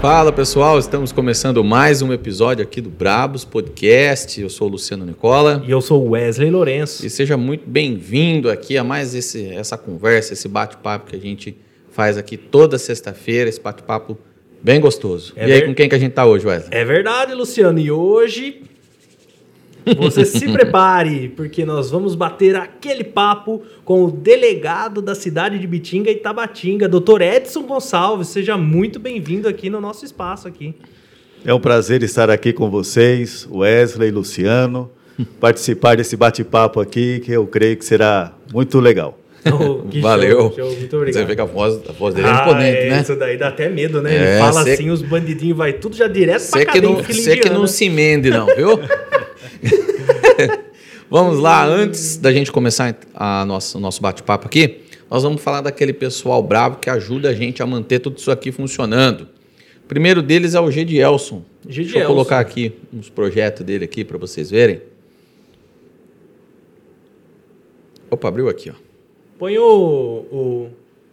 Fala pessoal, estamos começando mais um episódio aqui do Brabos Podcast. Eu sou o Luciano Nicola. E eu sou o Wesley Lourenço. E seja muito bem-vindo aqui a mais essa conversa, esse bate-papo que a gente faz aqui toda sexta-feira, esse bate-papo bem gostoso. E aí, com quem que a gente tá hoje, Wesley? É verdade, Luciano. E hoje você se prepare, porque nós vamos bater aquele papo com o delegado da cidade de Bitinga e Tabatinga, Dr. Edson Gonçalves. Seja muito bem-vindo aqui no nosso espaço aqui. É um prazer estar aqui com vocês, Wesley, Luciano, participar desse bate-papo aqui, que eu creio que será muito legal. Valeu. Show, muito obrigado. Você vê que a voz dele é imponente, né? Isso daí dá até medo, né? Ele fala assim, os bandidinhos vai tudo já direto pra cadeia. Você que não se mende não, viu? Vamos lá, antes da gente começar o nosso bate-papo aqui, nós vamos falar daquele pessoal bravo que ajuda a gente a manter tudo isso aqui funcionando. O primeiro deles é o Gedielson. Deixa eu colocar aqui uns projetos dele aqui para vocês verem. Opa, abriu aqui, ó. Põe o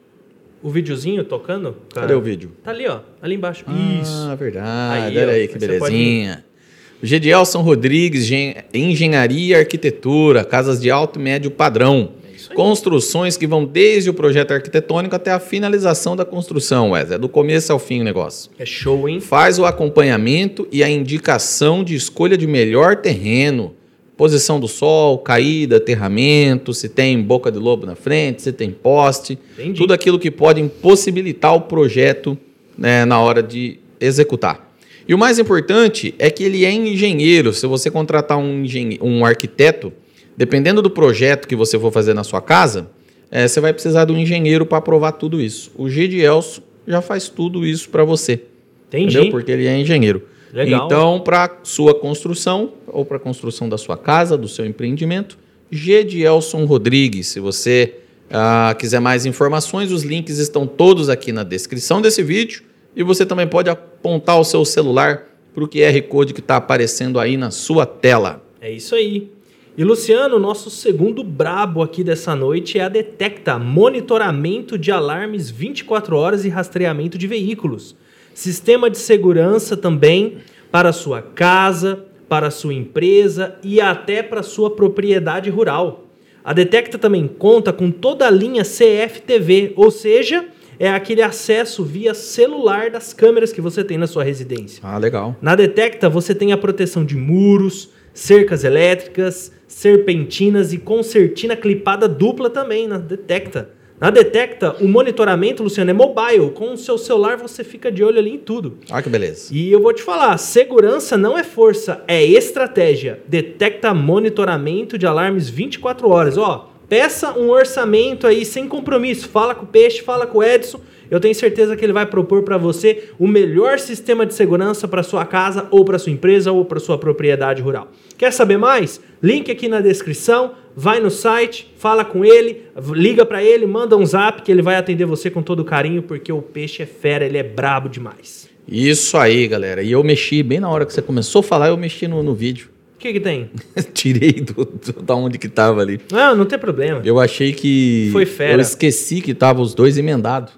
videozinho tocando. Cara. Cadê o vídeo? Tá ali, ó. Ali embaixo. Isso. Verdade. Olha aí que belezinha. Gedielson Rodrigues, Engenharia e Arquitetura, casas de alto e médio padrão. Construções que vão desde o projeto arquitetônico até a finalização da construção, Wesley. É do começo ao fim o negócio. É show, hein? Faz o acompanhamento e a indicação de escolha de melhor terreno. Posição do sol, caída, aterramento, se tem boca de lobo na frente, se tem poste. Entendi. Tudo aquilo que pode impossibilitar o projeto, né, na hora de executar. E o mais importante é que ele é engenheiro. Se você contratar um arquiteto, dependendo do projeto que você for fazer na sua casa, você vai precisar de um engenheiro para aprovar tudo isso. O Gedielson já faz tudo isso para você. Entendi. Entendeu? Porque ele é engenheiro. Legal. Então, para sua construção ou para a construção da sua casa, do seu empreendimento, Gedielson Rodrigues. Se você quiser mais informações, os links estão todos aqui na descrição desse vídeo e você também pode apontar o seu celular para o QR Code que está aparecendo aí na sua tela. É isso aí. E Luciano, nosso segundo brabo aqui dessa noite é a Detecta, monitoramento de alarmes 24 horas e rastreamento de veículos. Sistema de segurança também para a sua casa, para a sua empresa e até para a sua propriedade rural. A Detecta também conta com toda a linha CFTV, ou seja, é aquele acesso via celular das câmeras que você tem na sua residência. Ah, legal. Na Detecta você tem a proteção de muros, cercas elétricas, serpentinas e concertina clipada dupla também na Detecta. Na Detecta, o monitoramento, Luciano, é mobile. Com o seu celular, você fica de olho ali em tudo. Ah, que beleza. E eu vou te falar, segurança não é força, é estratégia. Detecta monitoramento de alarmes 24 horas. Ó, peça um orçamento aí sem compromisso. Fala com o Peixe, fala com o Edson. Eu tenho certeza que ele vai propor para você o melhor sistema de segurança para sua casa ou para sua empresa ou para sua propriedade rural. Quer saber mais? Link aqui na descrição. Vai no site, fala com ele, liga para ele, manda um zap que ele vai atender você com todo carinho, porque o Peixe é fera, ele é brabo demais. Isso aí, galera. E eu mexi, bem na hora que você começou a falar, eu mexi no vídeo. O que tem? Tirei da onde que tava ali. Não tem problema. Eu achei que... Foi fera. Eu esqueci que tava os dois emendados.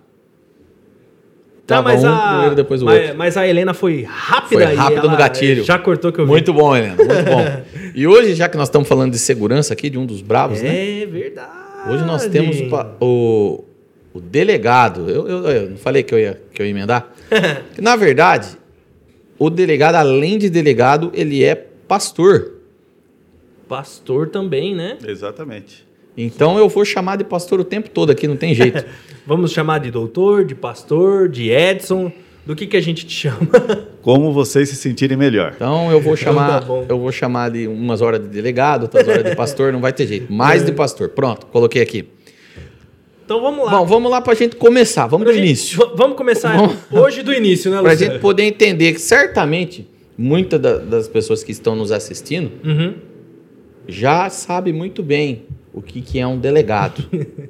Tava primeiro, depois o outro. Mas a Helena foi rápida. Foi rápida no gatilho. Já cortou que eu vi. Muito bom, Helena, muito bom. E hoje, já que nós estamos falando de segurança aqui, de um dos bravos, né? É verdade. Hoje nós temos o delegado. Eu não falei que eu ia emendar? Na verdade, o delegado, além de delegado, ele é pastor. Pastor também, né? Exatamente. Então eu vou chamar de pastor o tempo todo aqui, não tem jeito. Vamos chamar de doutor, de pastor, de Edson. Do que a gente te chama? Como vocês se sentirem melhor. Então eu vou chamar de umas horas de delegado, outras horas de pastor, não vai ter jeito. Mais de pastor. Pronto, coloquei aqui. Então vamos lá. Bom, vamos lá pra gente começar. Vamos do início. Vamos começar hoje do início, né, Luciano? Pra gente poder entender que certamente muitas das pessoas que estão nos assistindo já sabem muito bem o que é um delegado.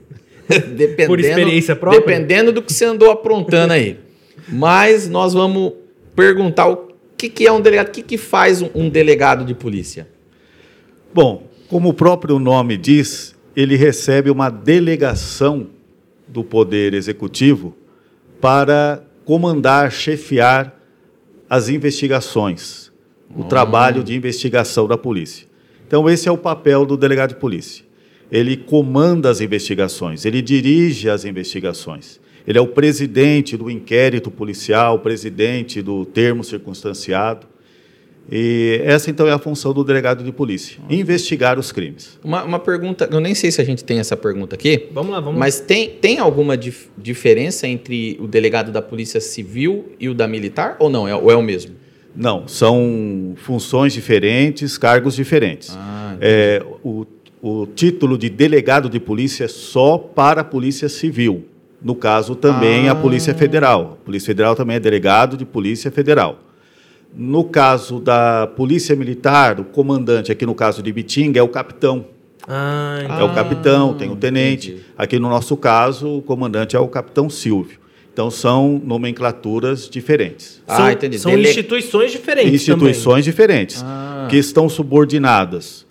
Por experiência própria? Dependendo do que você andou aprontando aí. Mas nós vamos perguntar o que é um delegado, o que faz um delegado de polícia? Bom, como o próprio nome diz, ele recebe uma delegação do Poder Executivo para comandar, chefiar as investigações, o trabalho de investigação da polícia. Então, esse é o papel do delegado de polícia. Ele comanda as investigações, ele dirige as investigações. Ele é o presidente do inquérito policial, o presidente do termo circunstanciado. E essa, então, é a função do delegado de polícia, investigar os crimes. Uma pergunta, eu nem sei se a gente tem essa pergunta aqui. Vamos lá. Mas tem alguma diferença entre o delegado da Polícia Civil e o da Militar? Ou não? Ou é o mesmo? Não, são funções diferentes, cargos diferentes. O título de delegado de polícia é só para a Polícia Civil. No caso, também a Polícia Federal. A Polícia Federal também é delegado de Polícia Federal. No caso da Polícia Militar, o comandante, aqui no caso de Ibitinga, é o capitão. É o capitão, tem o tenente. Entendi. Aqui no nosso caso, o comandante é o capitão Silvio. Então, são nomenclaturas diferentes. Entendi. São instituições diferentes. Instituições diferentes, que estão subordinadas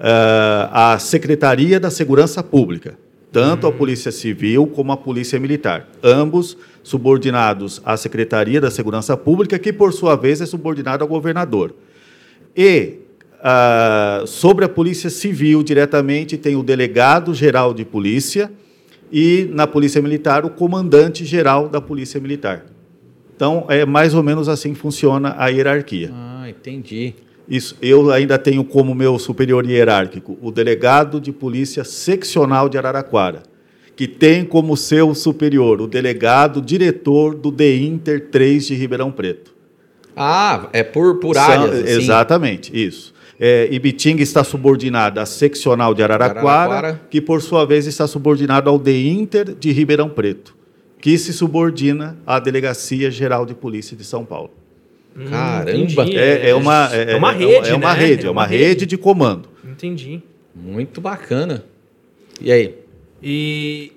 à Secretaria da Segurança Pública, tanto a Polícia Civil como a Polícia Militar. Ambos subordinados à Secretaria da Segurança Pública, que, por sua vez, é subordinado ao governador. E, sobre a Polícia Civil, diretamente, tem o delegado-geral de polícia e, na Polícia Militar, o comandante-geral da Polícia Militar. Então, é mais ou menos assim que funciona a hierarquia. Entendi. Isso, eu ainda tenho como meu superior hierárquico o delegado de polícia seccional de Araraquara, que tem como seu superior o delegado diretor do DINTER 3 de Ribeirão Preto. É por áreas, assim. Exatamente, isso. Ibitinga está subordinado à seccional de Araraquara, que, por sua vez, está subordinado ao DINTER de Ribeirão Preto, que se subordina à Delegacia Geral de Polícia de São Paulo. Caramba! É uma rede, É uma rede de comando. Entendi. Muito bacana. E aí? E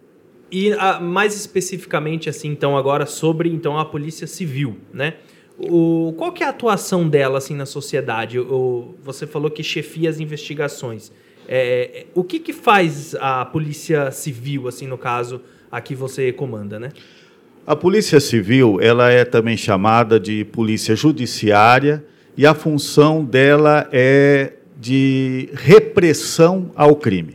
mais especificamente, assim, então, agora sobre então, a Polícia Civil, né? Qual que é a atuação dela assim, na sociedade? Você falou que chefia as investigações. O que faz a Polícia Civil, assim, no caso, a que você comanda, né? A Polícia Civil, ela é também chamada de Polícia Judiciária e a função dela é de repressão ao crime.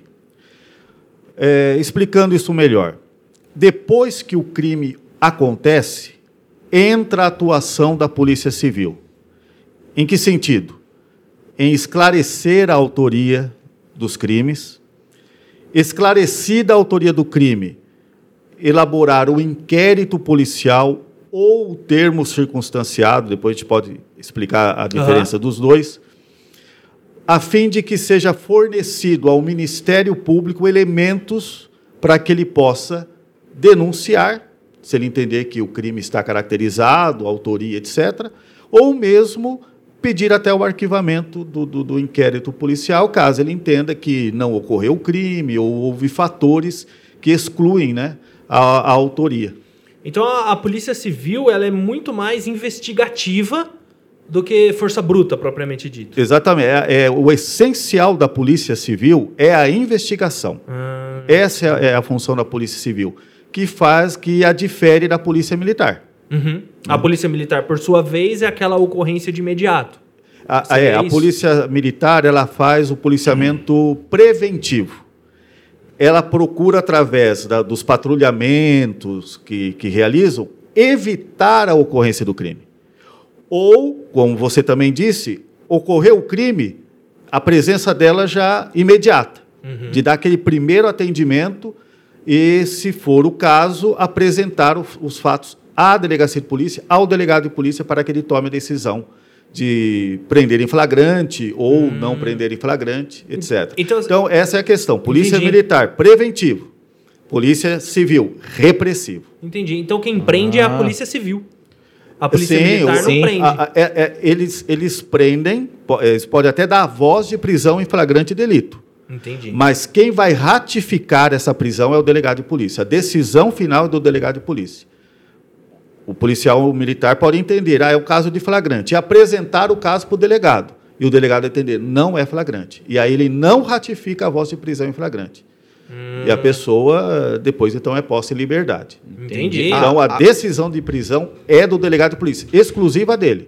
Explicando isso melhor, depois que o crime acontece, entra a atuação da Polícia Civil. Em que sentido? Em esclarecer a autoria dos crimes, esclarecida a autoria do crime, elaborar o inquérito policial ou o termo circunstanciado, depois a gente pode explicar a diferença dos dois, a fim de que seja fornecido ao Ministério Público elementos para que ele possa denunciar, se ele entender que o crime está caracterizado, autoria, etc., ou mesmo pedir até o arquivamento do inquérito policial, caso ele entenda que não ocorreu o crime ou houve fatores que excluem, né, a autoria. Então, a Polícia Civil ela é muito mais investigativa do que força bruta, propriamente dito. Exatamente. O essencial da Polícia Civil é a investigação. Essa é a função da Polícia Civil, que a difere da Polícia Militar. A Polícia Militar, por sua vez, é aquela ocorrência de imediato. A Polícia Militar ela faz o policiamento preventivo. Ela procura, através dos patrulhamentos que realizam, evitar a ocorrência do crime. Ou, como você também disse, ocorreu o crime, a presença dela já imediata, de dar aquele primeiro atendimento e, se for o caso, apresentar os fatos à delegacia de polícia, ao delegado de polícia, para que ele tome a decisão de prender em flagrante ou não prender em flagrante, etc. Então, essa é a questão. Polícia Militar, preventivo. Polícia Civil, repressivo. Entendi. Então, quem prende é a Polícia Civil. A Polícia Militar não prende. Eles prendem, eles podem até dar a voz de prisão em flagrante delito. Entendi. Mas quem vai ratificar essa prisão é o delegado de polícia. A decisão final é do delegado de polícia. O policial militar pode entender, é um caso de flagrante, e apresentar o caso para o delegado. E o delegado entender, não é flagrante. E aí ele não ratifica a voz de prisão em flagrante. E a pessoa, depois, então, é posta em liberdade. Entendi. Então, a decisão de prisão é do delegado de polícia, exclusiva dele.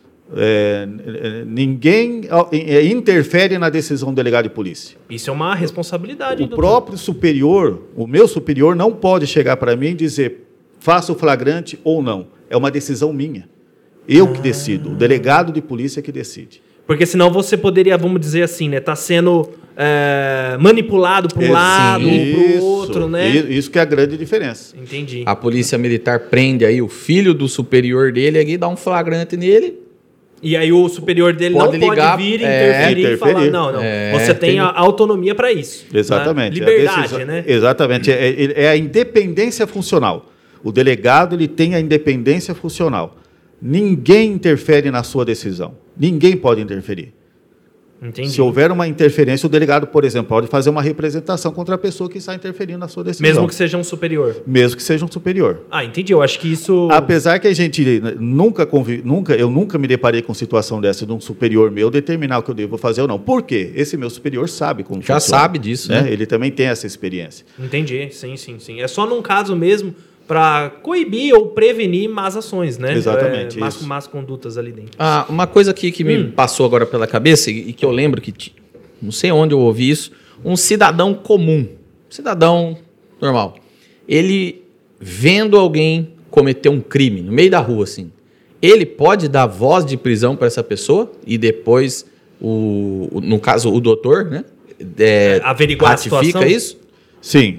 Ninguém interfere na decisão do delegado de polícia. Isso é uma responsabilidade. O próprio superior, o meu superior, não pode chegar para mim e dizer faça o flagrante ou não. É uma decisão minha. Eu que decido. O delegado de polícia que decide. Porque senão você poderia, vamos dizer assim, né? Tá sendo manipulado para um lado, para o outro, né? Isso que é a grande diferença. Entendi. A polícia militar prende aí o filho do superior dele aqui, dá um flagrante nele. E aí o superior dele pode não ligar, pode vir interferir e falar, não. Você tem a autonomia para isso. Exatamente. Né? Liberdade, né? Exatamente. É a independência funcional. O delegado ele tem a independência funcional. Ninguém interfere na sua decisão. Ninguém pode interferir. Entendi. Se houver uma interferência, o delegado, por exemplo, pode fazer uma representação contra a pessoa que está interferindo na sua decisão. Mesmo que seja um superior. Mesmo que seja um superior. Entendi. Eu acho que isso... Apesar que a gente eu nunca me deparei com situação dessa de um superior meu determinar o que eu devo fazer ou não. Por quê? Esse meu superior sabe como já funciona. Sabe disso, né? Ele também tem essa experiência. Entendi. Sim. É só num caso mesmo para coibir ou prevenir más ações, né? Exatamente. Más condutas ali dentro. Uma coisa aqui que me passou agora pela cabeça e que eu lembro que, não sei onde eu ouvi isso, um cidadão comum, cidadão normal, ele vendo alguém cometer um crime no meio da rua, assim, ele pode dar voz de prisão para essa pessoa e depois, no caso, o doutor, né? Averiguar a situação? Isso? Sim.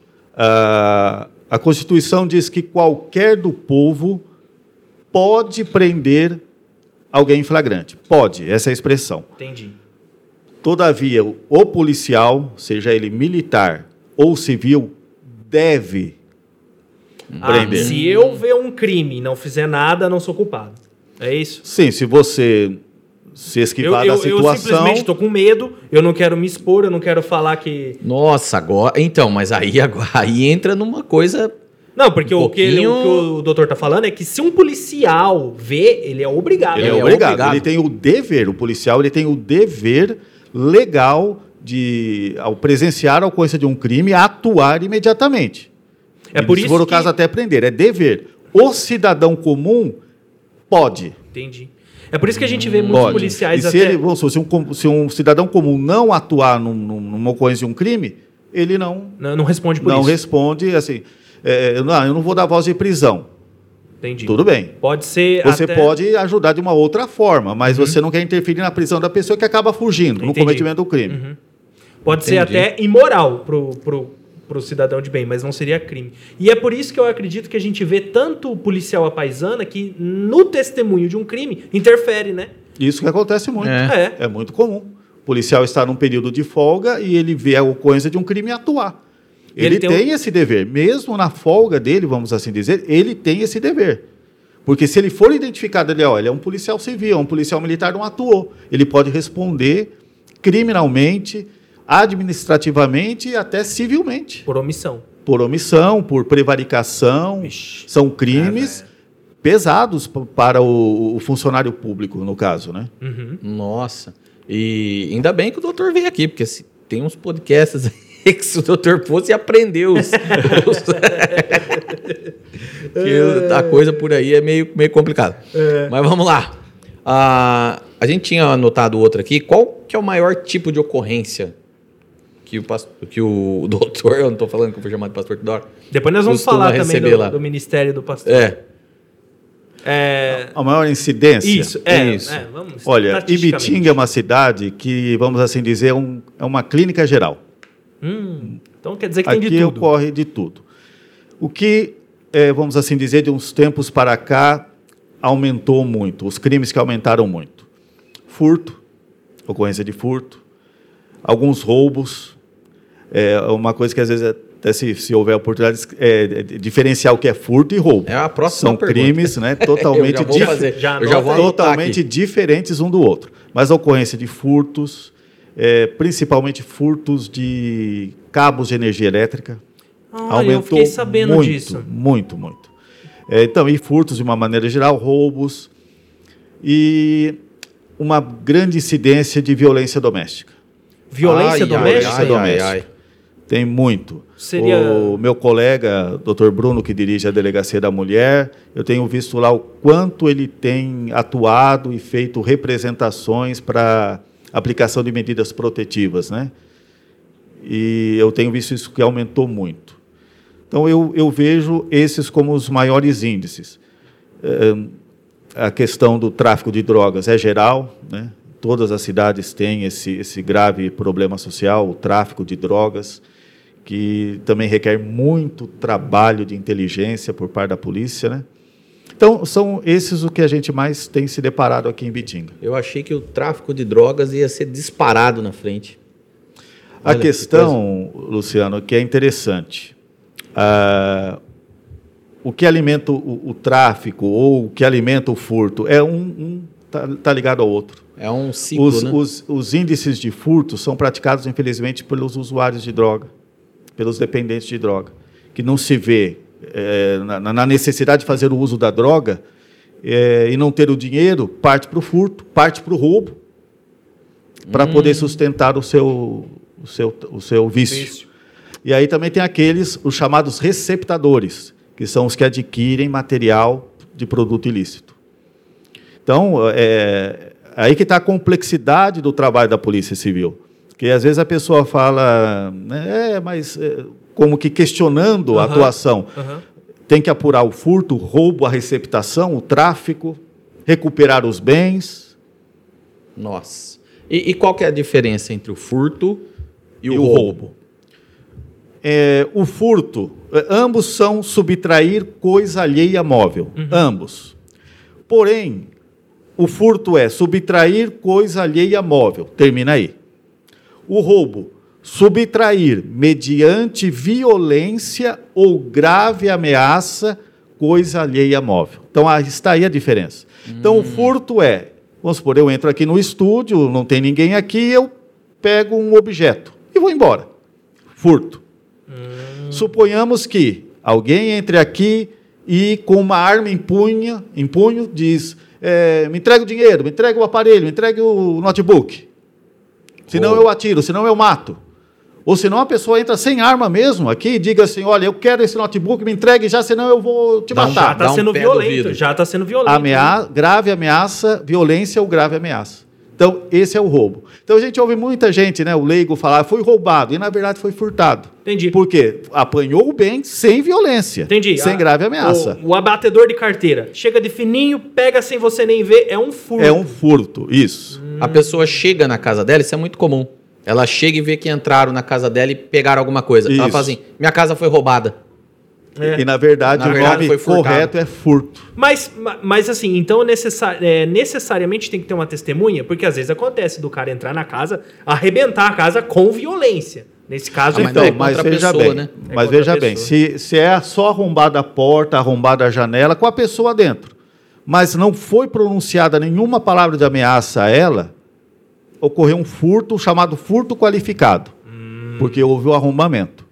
A Constituição diz que qualquer do povo pode prender alguém em flagrante. Pode, essa é a expressão. Entendi. Todavia, o policial, seja ele militar ou civil, deve prender. Se eu ver um crime e não fizer nada, não sou culpado. É isso? Sim, se você se esquivar da situação... Eu simplesmente estou com medo, eu não quero me expor, eu não quero falar que... Nossa, agora... Então, mas aí entra numa coisa... Não, porque o que o doutor está falando é que se um policial vê, ele é obrigado. Ele é obrigado. Ele tem o dever, o policial ele tem o dever legal de, ao presenciar a ocorrência de um crime, atuar imediatamente. Se for o caso, até prender. É dever. O cidadão comum pode. Entendi. É por isso que a gente vê muitos policiais e se um cidadão comum não atuar numa ocorrência de um crime, ele não responde por isso. Não responde, assim, eu não vou dar voz de prisão. Entendi. Tudo bem. Pode ser Você pode ajudar de uma outra forma, mas você não quer interferir na prisão da pessoa que acaba fugindo no cometimento do crime. Pode ser até imoral pro cidadão de bem, mas não seria crime. E é por isso que eu acredito que a gente vê tanto policial à paisana que no testemunho de um crime interfere, né? Isso que acontece muito. É muito comum. O policial está num período de folga e ele vê a ocorrência de um crime e atuar. Ele tem esse dever. Mesmo na folga dele, vamos assim dizer, ele tem esse dever. Porque se ele for identificado, ele é um policial civil, um policial militar, não atuou. Ele pode responder criminalmente, administrativamente e até civilmente. Por omissão. Por omissão, por prevaricação. São crimes pesados para o funcionário público, no caso, né? Nossa. E ainda bem que o doutor veio aqui, porque tem uns podcasts aí que se o doutor fosse aprender a coisa por aí é meio complicado. Mas vamos lá. A gente tinha anotado outra aqui. Qual que é o maior tipo de ocorrência que o doutor, eu não estou falando que eu fui chamado de pastor toda hora. Depois nós vamos falar também do ministério do pastor. A maior incidência? Isso. Vamos, olha, Ibitinga é uma cidade que, vamos assim dizer, é uma clínica geral. Então quer dizer que tem de tudo. Aqui ocorre de tudo. O que, vamos assim dizer, de uns tempos para cá, aumentou muito. Os crimes que aumentaram muito. Furto, ocorrência de furto, alguns roubos. Uma coisa que às vezes até se houver oportunidade, diferenciar o que é furto e roubo. É a próxima São crimes, né, totalmente, totalmente diferentes um do outro. Mas a ocorrência de furtos, principalmente furtos de cabos de energia elétrica, aumentou eu fiquei sabendo disso. Muito. Então, e furtos de uma maneira geral, roubos e uma grande incidência de violência doméstica. Violência doméstica? Tem muito. Seria... O meu colega, Dr. Bruno, que dirige a Delegacia da Mulher, eu tenho visto lá o quanto ele tem atuado e feito representações para aplicação de medidas protetivas, né? E eu tenho visto isso que aumentou muito. Então, eu vejo esses como os maiores índices. A questão do tráfico de drogas é geral, né? Todas as cidades têm esse grave problema social, o tráfico de drogas, que também requer muito trabalho de inteligência por parte da polícia, né? Então, são esses o que a gente mais tem se deparado aqui em Bitinga. Eu achei que o tráfico de drogas ia ser disparado na frente. A questão, Luciano, que é interessante, o que alimenta o tráfico ou o que alimenta o furto tá ligado ao outro. É um ciclo, né? Os índices de furto são praticados, infelizmente, pelos usuários de droga, pelos dependentes de droga, que não se vê na necessidade de fazer o uso da droga e não ter o dinheiro, parte para o furto, parte para o roubo, para poder sustentar o seu vício. E aí também tem os chamados receptadores, que são os que adquirem material de produto ilícito. Então, aí que está a complexidade do trabalho da Polícia Civil. Porque às vezes a pessoa fala, como que questionando a atuação. Tem que apurar o furto, o roubo, a receptação, o tráfico, recuperar os bens. Nossa. E qual que é a diferença entre o furto e o roubo? O furto, ambos são subtrair coisa alheia móvel. Ambos. Porém, o furto é subtrair coisa alheia móvel. Termina aí. O roubo, subtrair mediante violência ou grave ameaça coisa alheia móvel. Então, está aí a diferença. Então, o furto vamos supor, eu entro aqui no estúdio, não tem ninguém aqui, eu pego um objeto e vou embora. Furto. Suponhamos que alguém entre aqui e com uma arma em punho diz, me entrega o dinheiro, me entrega o aparelho, me entrega o notebook. Senão eu atiro, senão eu mato. Ou senão a pessoa entra sem arma mesmo aqui e diga assim, olha, eu quero esse notebook, me entregue já, senão eu vou te matar. Já está sendo violento, já está sendo violento. Grave ameaça, violência ou grave ameaça. Então, esse é o roubo. Então, a gente ouve muita gente, né, o leigo falar, foi roubado, e na verdade foi furtado. Entendi. Por quê? Apanhou o bem sem violência. Entendi. Sem grave ameaça. O abatedor de carteira. Chega de fininho, pega sem você nem ver, é um furto. É um furto, isso. A pessoa chega na casa dela, isso é muito comum. Ela chega e vê que entraram na casa dela e pegaram alguma coisa. Isso. Ela fala assim, minha casa foi roubada. E na verdade o nome correto é furto. Mas assim, então necessariamente tem que ter uma testemunha, porque às vezes acontece do cara entrar na casa, arrebentar a casa com violência. Nesse caso, mas veja bem, né? Mas veja bem, se é só arrombada a porta, arrombada a janela, com a pessoa dentro, mas não foi pronunciada nenhuma palavra de ameaça a ela, ocorreu um furto chamado furto qualificado, porque houve o arrombamento.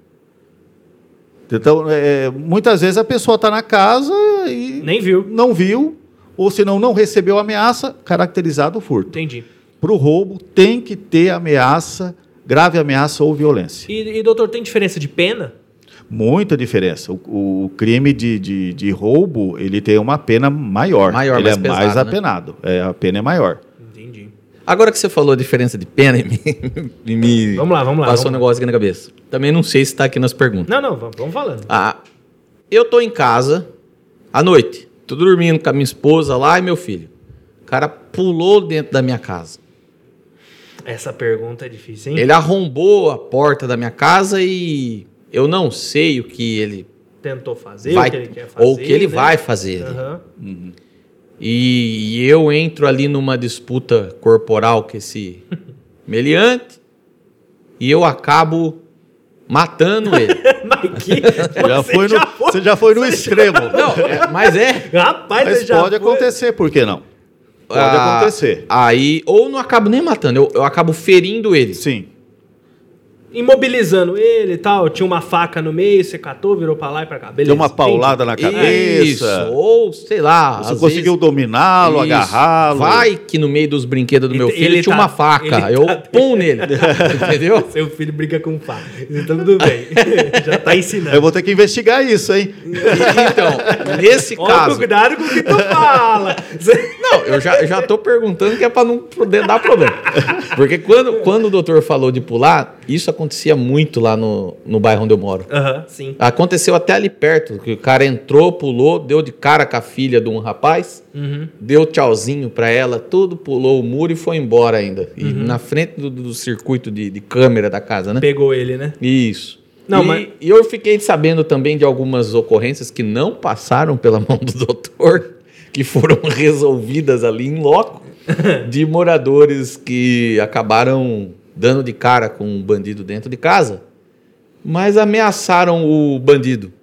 Então, muitas vezes a pessoa está na casa e não viu, ou senão não recebeu ameaça, caracterizado o furto. Entendi. Para o roubo, tem que ter ameaça, grave ameaça ou violência. E doutor, tem diferença de pena? Muita diferença. O crime de roubo, ele tem uma pena maior. Ele é pesado, mais apenado. Né? A pena é maior. Entendi. Agora que você falou a diferença de pena, me vamos lá. Passou um negócio aqui na cabeça. Também não sei se está aqui nas perguntas. Não, vamos falando. Eu tô em casa, à noite, tô dormindo com a minha esposa lá e meu filho. O cara pulou dentro da minha casa. Essa pergunta é difícil, hein? Ele arrombou a porta da minha casa e eu não sei o que ele tentou fazer, o que ele quer fazer. Ou o que ele vai fazer. E eu entro ali numa disputa corporal com esse meliante e eu acabo matando ele. Você já foi no extremo. Não, mas Rapaz, pode acontecer, por que não? Pode acontecer. Aí, ou não acabo nem matando, eu acabo ferindo ele. Sim. imobilizando ele e tal, tinha uma faca no meio, você catou, virou pra lá e pra cá. Beleza. Deu uma paulada na cabeça. Isso, ou sei lá. Você conseguiu dominá-lo, agarrá-lo. Vai que no meio dos brinquedos do meu filho tinha uma faca. Eu pum nele. Entendeu? Seu filho brinca com faca. Então tudo bem. Já tá ensinando. Eu vou ter que investigar isso, hein? Então, nesse caso... Cuidado com o que tu fala. Não, eu já tô perguntando que é pra não poder dar problema. Porque quando o doutor falou de pular, isso acontecia muito lá no bairro onde eu moro. Sim. Aconteceu até ali perto, que o cara entrou, pulou, deu de cara com a filha de um rapaz, deu tchauzinho pra ela, tudo, pulou o muro e foi embora ainda. E na frente do circuito de câmera da casa, né? Pegou ele, né? Isso. Não, e eu fiquei sabendo também de algumas ocorrências que não passaram pela mão do doutor, que foram resolvidas ali em loco, de moradores que acabaram dando de cara com um bandido dentro de casa, mas ameaçaram o bandido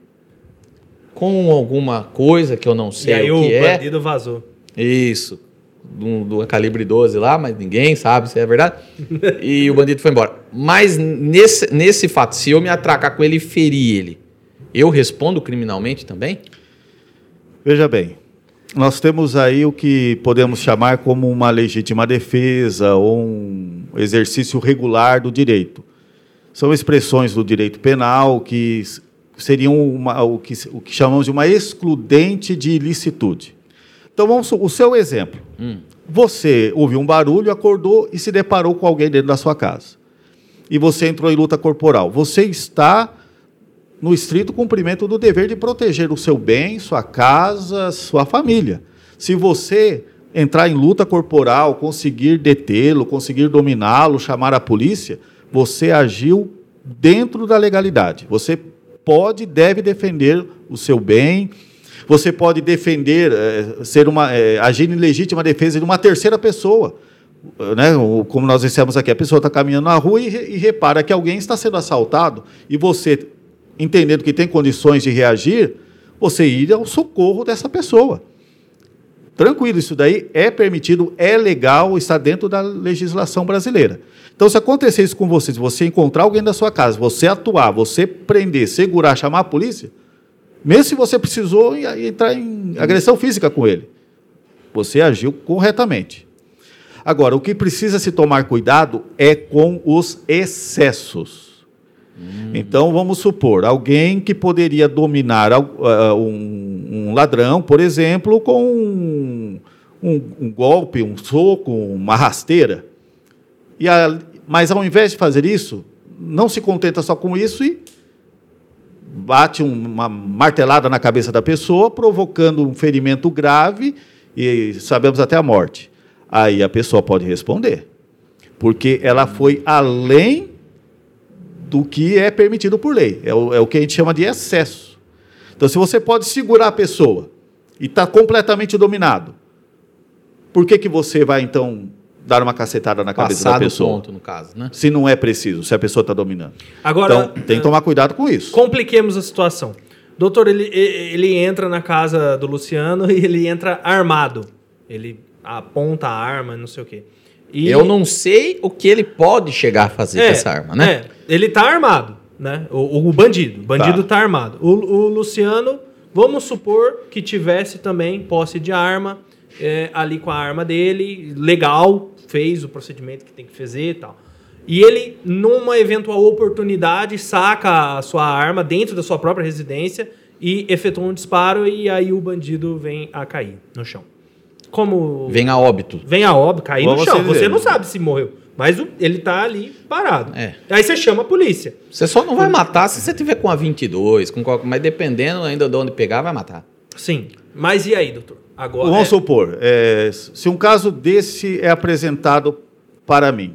com alguma coisa que eu não sei o que é. E aí o bandido vazou. Isso, do calibre 12 lá, mas ninguém sabe se é verdade. E o bandido foi embora. Mas nesse fato, se eu me atracar com ele e ferir ele, eu respondo criminalmente também? Veja bem, nós temos aí o que podemos chamar como uma legítima defesa ou um exercício regular do direito. São expressões do direito penal que seriam o que chamamos de uma excludente de ilicitude. Então, o seu exemplo. Você ouviu um barulho, acordou e se deparou com alguém dentro da sua casa. E você entrou em luta corporal. Você está no estrito cumprimento do dever de proteger o seu bem, sua casa, sua família. Se você entrar em luta corporal, conseguir detê-lo, conseguir dominá-lo, chamar a polícia, você agiu dentro da legalidade. Você pode e deve defender o seu bem, você pode defender, agir em legítima defesa de uma terceira pessoa. Né? Como nós dissemos aqui, a pessoa está caminhando na rua e repara que alguém está sendo assaltado e você, entendendo que tem condições de reagir, você ir ao socorro dessa pessoa. Tranquilo, isso daí é permitido, é legal, está dentro da legislação brasileira. Então, se acontecer isso com você, se você encontrar alguém da sua casa, você atuar, você prender, segurar, chamar a polícia, mesmo se você precisou entrar em agressão física com ele, você agiu corretamente. Agora, o que precisa se tomar cuidado é com os excessos. Então, vamos supor, alguém que poderia dominar um ladrão, por exemplo, com um golpe, um soco, uma rasteira. Mas, ao invés de fazer isso, não se contenta só com isso e bate uma martelada na cabeça da pessoa, provocando um ferimento grave e sabemos até a morte. Aí a pessoa pode responder, porque ela foi além do que é permitido por lei. É o que a gente chama de excesso. Então, se você pode segurar a pessoa e está completamente dominado, por que você vai, então, dar uma cacetada na cabeça da pessoa? Ponto, no caso, né? Se não é preciso, se a pessoa está dominando. Agora, então, tem que tomar cuidado com isso. Compliquemos a situação. Doutor, ele entra na casa do Luciano e ele entra armado. Ele aponta a arma, não sei o quê. Eu não sei o que ele pode chegar a fazer com essa arma, né? Ele tá armado, né? O bandido. O bandido tá armado. O Luciano, vamos supor que tivesse também posse de arma, ali com a arma dele, legal, fez o procedimento que tem que fazer e tal. E ele, numa eventual oportunidade, saca a sua arma dentro da sua própria residência e efetua um disparo e aí o bandido vem a cair no chão. Como... Vem a óbito. Vem a óbito, cair no chão. Você não sabe se morreu, mas ele tá ali parado. Aí você chama a polícia. Você só não vai matar se você tiver com a 22, mas dependendo ainda de onde pegar, vai matar. Sim. Mas e aí, doutor? Agora, vamos supor, se um caso desse é apresentado para mim,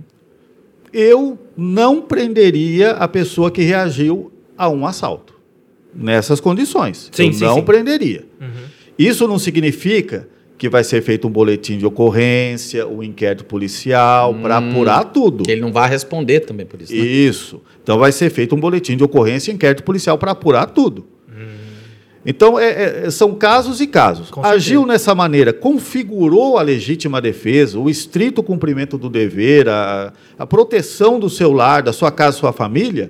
eu não prenderia a pessoa que reagiu a um assalto. Nessas condições. Sim, eu não prenderia. Isso não significa que vai ser feito um boletim de ocorrência, um inquérito policial, para apurar tudo. Que ele não vai responder também por isso, né? Isso. Então vai ser feito um boletim de ocorrência e inquérito policial para apurar tudo. Então, são casos e casos. Com Agiu certeza. nessa maneira, configurou a legítima defesa, o estrito cumprimento do dever, a proteção do seu lar, da sua casa, sua família.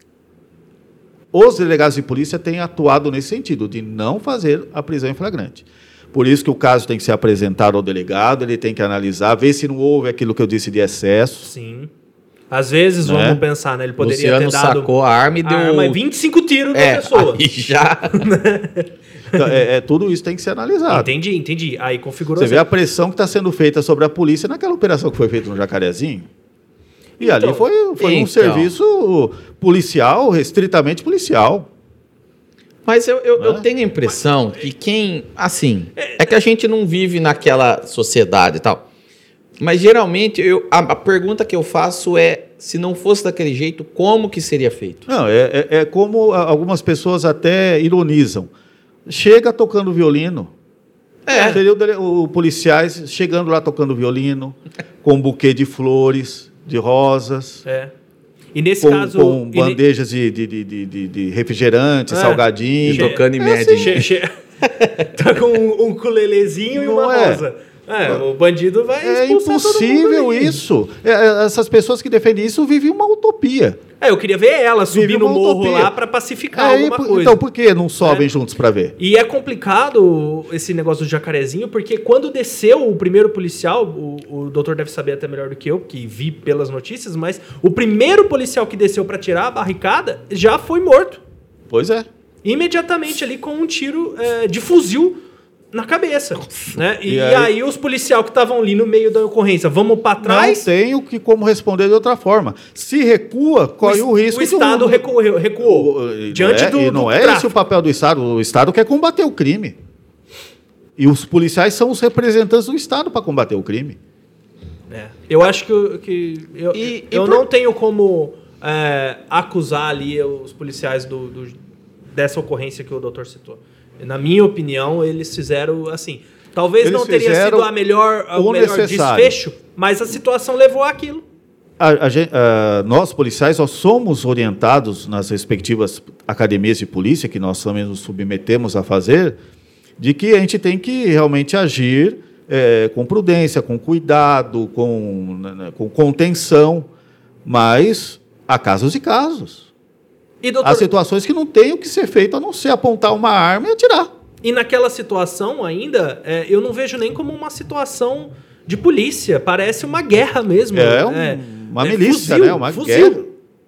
Os delegados de polícia têm atuado nesse sentido, de não fazer a prisão em flagrante. Por isso que o caso tem que ser apresentado ao delegado, ele tem que analisar, ver se não houve aquilo que eu disse de excesso. Sim. Às vezes, vamos pensar, né? Ele poderia Luciano ter dado sacou a arma e deu... 25 tiros na pessoa. Aí já... Então, tudo isso tem que ser analisado. Entendi. Aí configurou... Você vê a pressão que está sendo feita sobre a polícia naquela operação que foi feita no Jacarezinho. E Então, ali foi um serviço policial, estritamente policial. Mas eu tenho a impressão que quem... Assim, é que a gente não vive naquela sociedade e tal. Mas, geralmente, a pergunta que eu faço é, se não fosse daquele jeito, como que seria feito? Não, é como algumas pessoas até ironizam. Chega tocando violino. Seria o policiais chegando lá tocando violino, com um buquê de flores, de rosas. E nesse caso... Com bandejas de refrigerante, salgadinho. Tocando em média. Tá com um ukulelezinho e uma rosa. O bandido vai expulsar impossível todo mundo aí. isso. Essas pessoas que defendem isso vivem uma utopia. Eu queria ver ela subir no morro utopia. lá para pacificar alguma coisa. Então, por que não sobem juntos para ver? E é complicado esse negócio do Jacarezinho, porque quando desceu o primeiro policial, o doutor deve saber até melhor do que eu, que vi pelas notícias, mas o primeiro policial que desceu para tirar a barricada já foi morto. Pois é. Imediatamente ali com um tiro de fuzil na cabeça, né? E aí os policiais que estavam ali no meio da ocorrência, vamos para trás? Não tenho como responder de outra forma. Se recua, corre o risco. O Estado recuou diante do E não é esse o papel do Estado. O Estado quer combater o crime. E os policiais são os representantes do Estado para combater o crime. Eu acho que eu não tenho como acusar ali os policiais dessa ocorrência que o doutor citou. Na minha opinião, eles fizeram assim. Talvez Eles não teria sido o melhor desfecho, mas a situação levou àquilo. Nós, policiais, nós somos orientados nas respectivas academias de polícia, que nós também nos submetemos a fazer, de que a gente tem que realmente agir com prudência, com cuidado, com contenção, mas há casos e casos. Há situações que não tem o que ser feito a não ser apontar uma arma e atirar. E naquela situação ainda, eu não vejo nem como uma situação de polícia. Parece uma guerra mesmo. Uma milícia, fuzil, né? Uma guerra.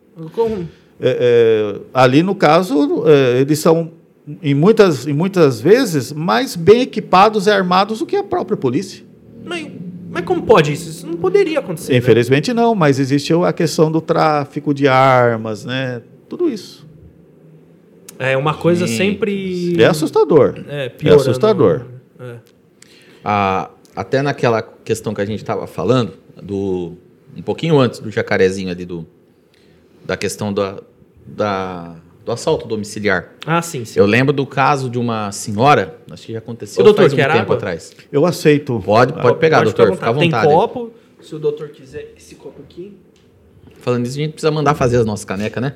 Ali, no caso, eles são, em muitas vezes, mais bem equipados e armados do que a própria polícia. Mas como pode isso? Isso não poderia acontecer. Infelizmente não, mas existe a questão do tráfico de armas, né? Tudo isso. É uma coisa sempre... É assustador. Piorando. Assustador. Até naquela questão que a gente estava falando, um pouquinho antes do Jacarezinho ali, da questão do assalto domiciliar. Sim. Eu lembro do caso de uma senhora, acho que já aconteceu faz um tempo atrás. Eu aceito. Pode pegar, doutor, fica à vontade. Tem copo, se o doutor quiser esse copo aqui. Falando nisso, a gente precisa mandar fazer as nossas canecas, né?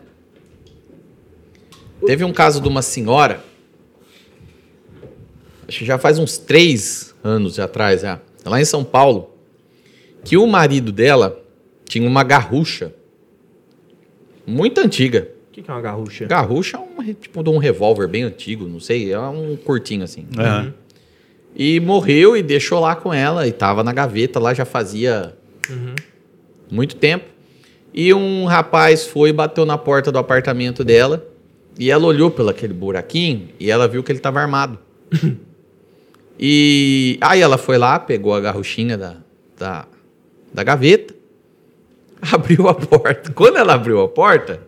Teve um caso de uma senhora, acho que já faz uns 3 anos atrás, lá em São Paulo, que o marido dela tinha uma garrucha muito antiga. O que é uma garrucha? Garrucha é tipo de um revólver bem antigo, não sei, é um curtinho assim. Uhum. E morreu e deixou lá com ela, e estava na gaveta lá já fazia muito tempo. E um rapaz foi e bateu na porta do apartamento dela, e ela olhou pelo aquele buraquinho e ela viu que ele estava armado. E aí ela foi lá, pegou a garruchinha da gaveta, abriu a porta. Quando ela abriu a porta,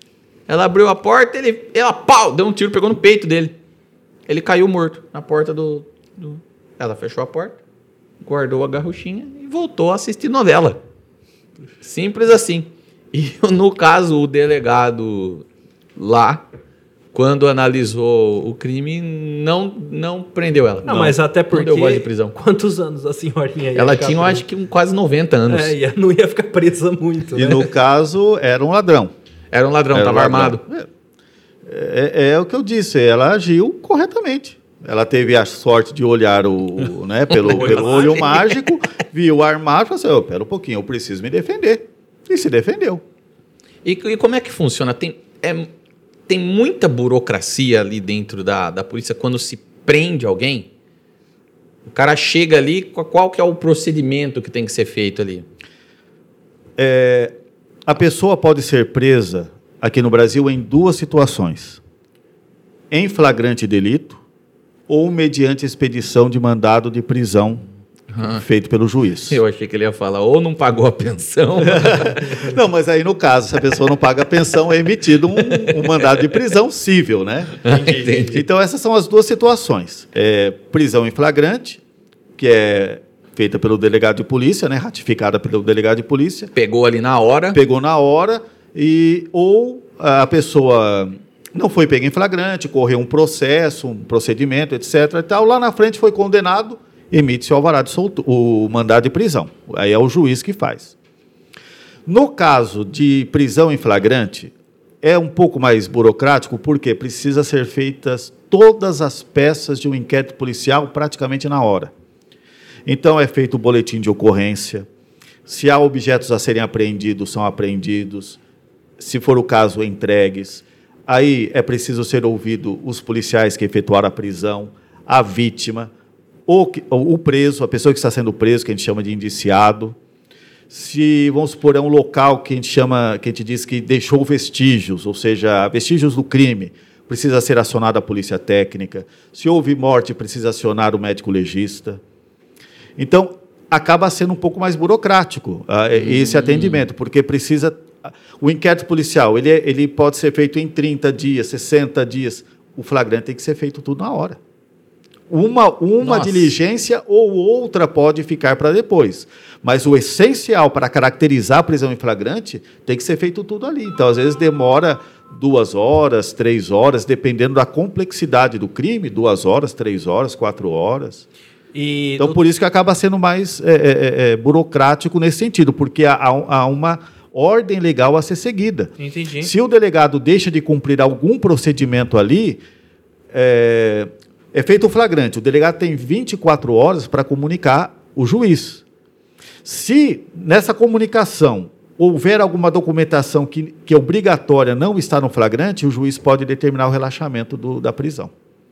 ela pau, deu um tiro, pegou no peito dele. Ele caiu morto na porta Ela fechou a porta, guardou a garruchinha e voltou a assistir novela. Simples assim. E no caso, o delegado lá, quando analisou o crime, não prendeu ela. Não, mas até porque... Não deu voz de prisão. Quantos anos a senhorinha ia Ela ficar tinha, presa? acho que quase 90 anos. Não ia ficar presa muito, E né? no caso, era um ladrão. Era um ladrão, estava armado. É o que eu disse, ela agiu corretamente. Ela teve a sorte de olhar pelo olho mágico, viu a arma e falou assim, pera um pouquinho, eu preciso me defender. E se defendeu. E como é que funciona? Tem muita burocracia ali dentro da polícia quando se prende alguém? O cara chega ali, qual que é o procedimento que tem que ser feito ali? A pessoa pode ser presa aqui no Brasil em 2 situações. Em flagrante delito ou mediante expedição de mandado de prisão feito pelo juiz. Eu achei que ele ia falar, ou não pagou a pensão. Não, mas aí no caso, se a pessoa não paga a pensão, é emitido um mandado de prisão cível, né? Entendi. Então essas são as 2 situações. Prisão em flagrante, que é feita pelo delegado de polícia, né? Ratificada pelo delegado de polícia. Pegou ali na hora. Pegou na hora, ou a pessoa não foi pega em flagrante, correu um processo, um procedimento, etc. E tal. Lá na frente foi condenado, emite-se o alvará de o mandado de prisão. Aí é o juiz que faz. No caso de prisão em flagrante, é um pouco mais burocrático, porque precisa ser feitas todas as peças de um inquérito policial praticamente na hora. Então é feito o boletim de ocorrência, se há objetos a serem apreendidos, são apreendidos, se for o caso, entregues. Aí é preciso ser ouvido os policiais que efetuaram a prisão, a vítima, o preso, a pessoa que está sendo preso, que a gente chama de indiciado. Se, vamos supor, é um local que a gente diz que deixou vestígios, ou seja, vestígios do crime, precisa ser acionada a polícia técnica. Se houve morte, precisa acionar o médico legista. Então, acaba sendo um pouco mais burocrático esse atendimento, porque precisa... O inquérito policial, ele pode ser feito em 30 dias, 60 dias. O flagrante tem que ser feito tudo na hora. Uma diligência ou outra pode ficar para depois. Mas o essencial para caracterizar a prisão em flagrante tem que ser feito tudo ali. Então, às vezes, demora 2 horas, 3 horas, dependendo da complexidade do crime, 2 horas, 3 horas, 4 horas. Então, por isso que acaba sendo mais burocrático nesse sentido, porque há uma ordem legal a ser seguida. Entendi. Se o delegado deixa de cumprir algum procedimento ali, é feito o flagrante. O delegado tem 24 horas para comunicar o juiz. Se nessa comunicação houver alguma documentação que é obrigatória, não está no flagrante, o juiz pode determinar o relaxamento da prisão.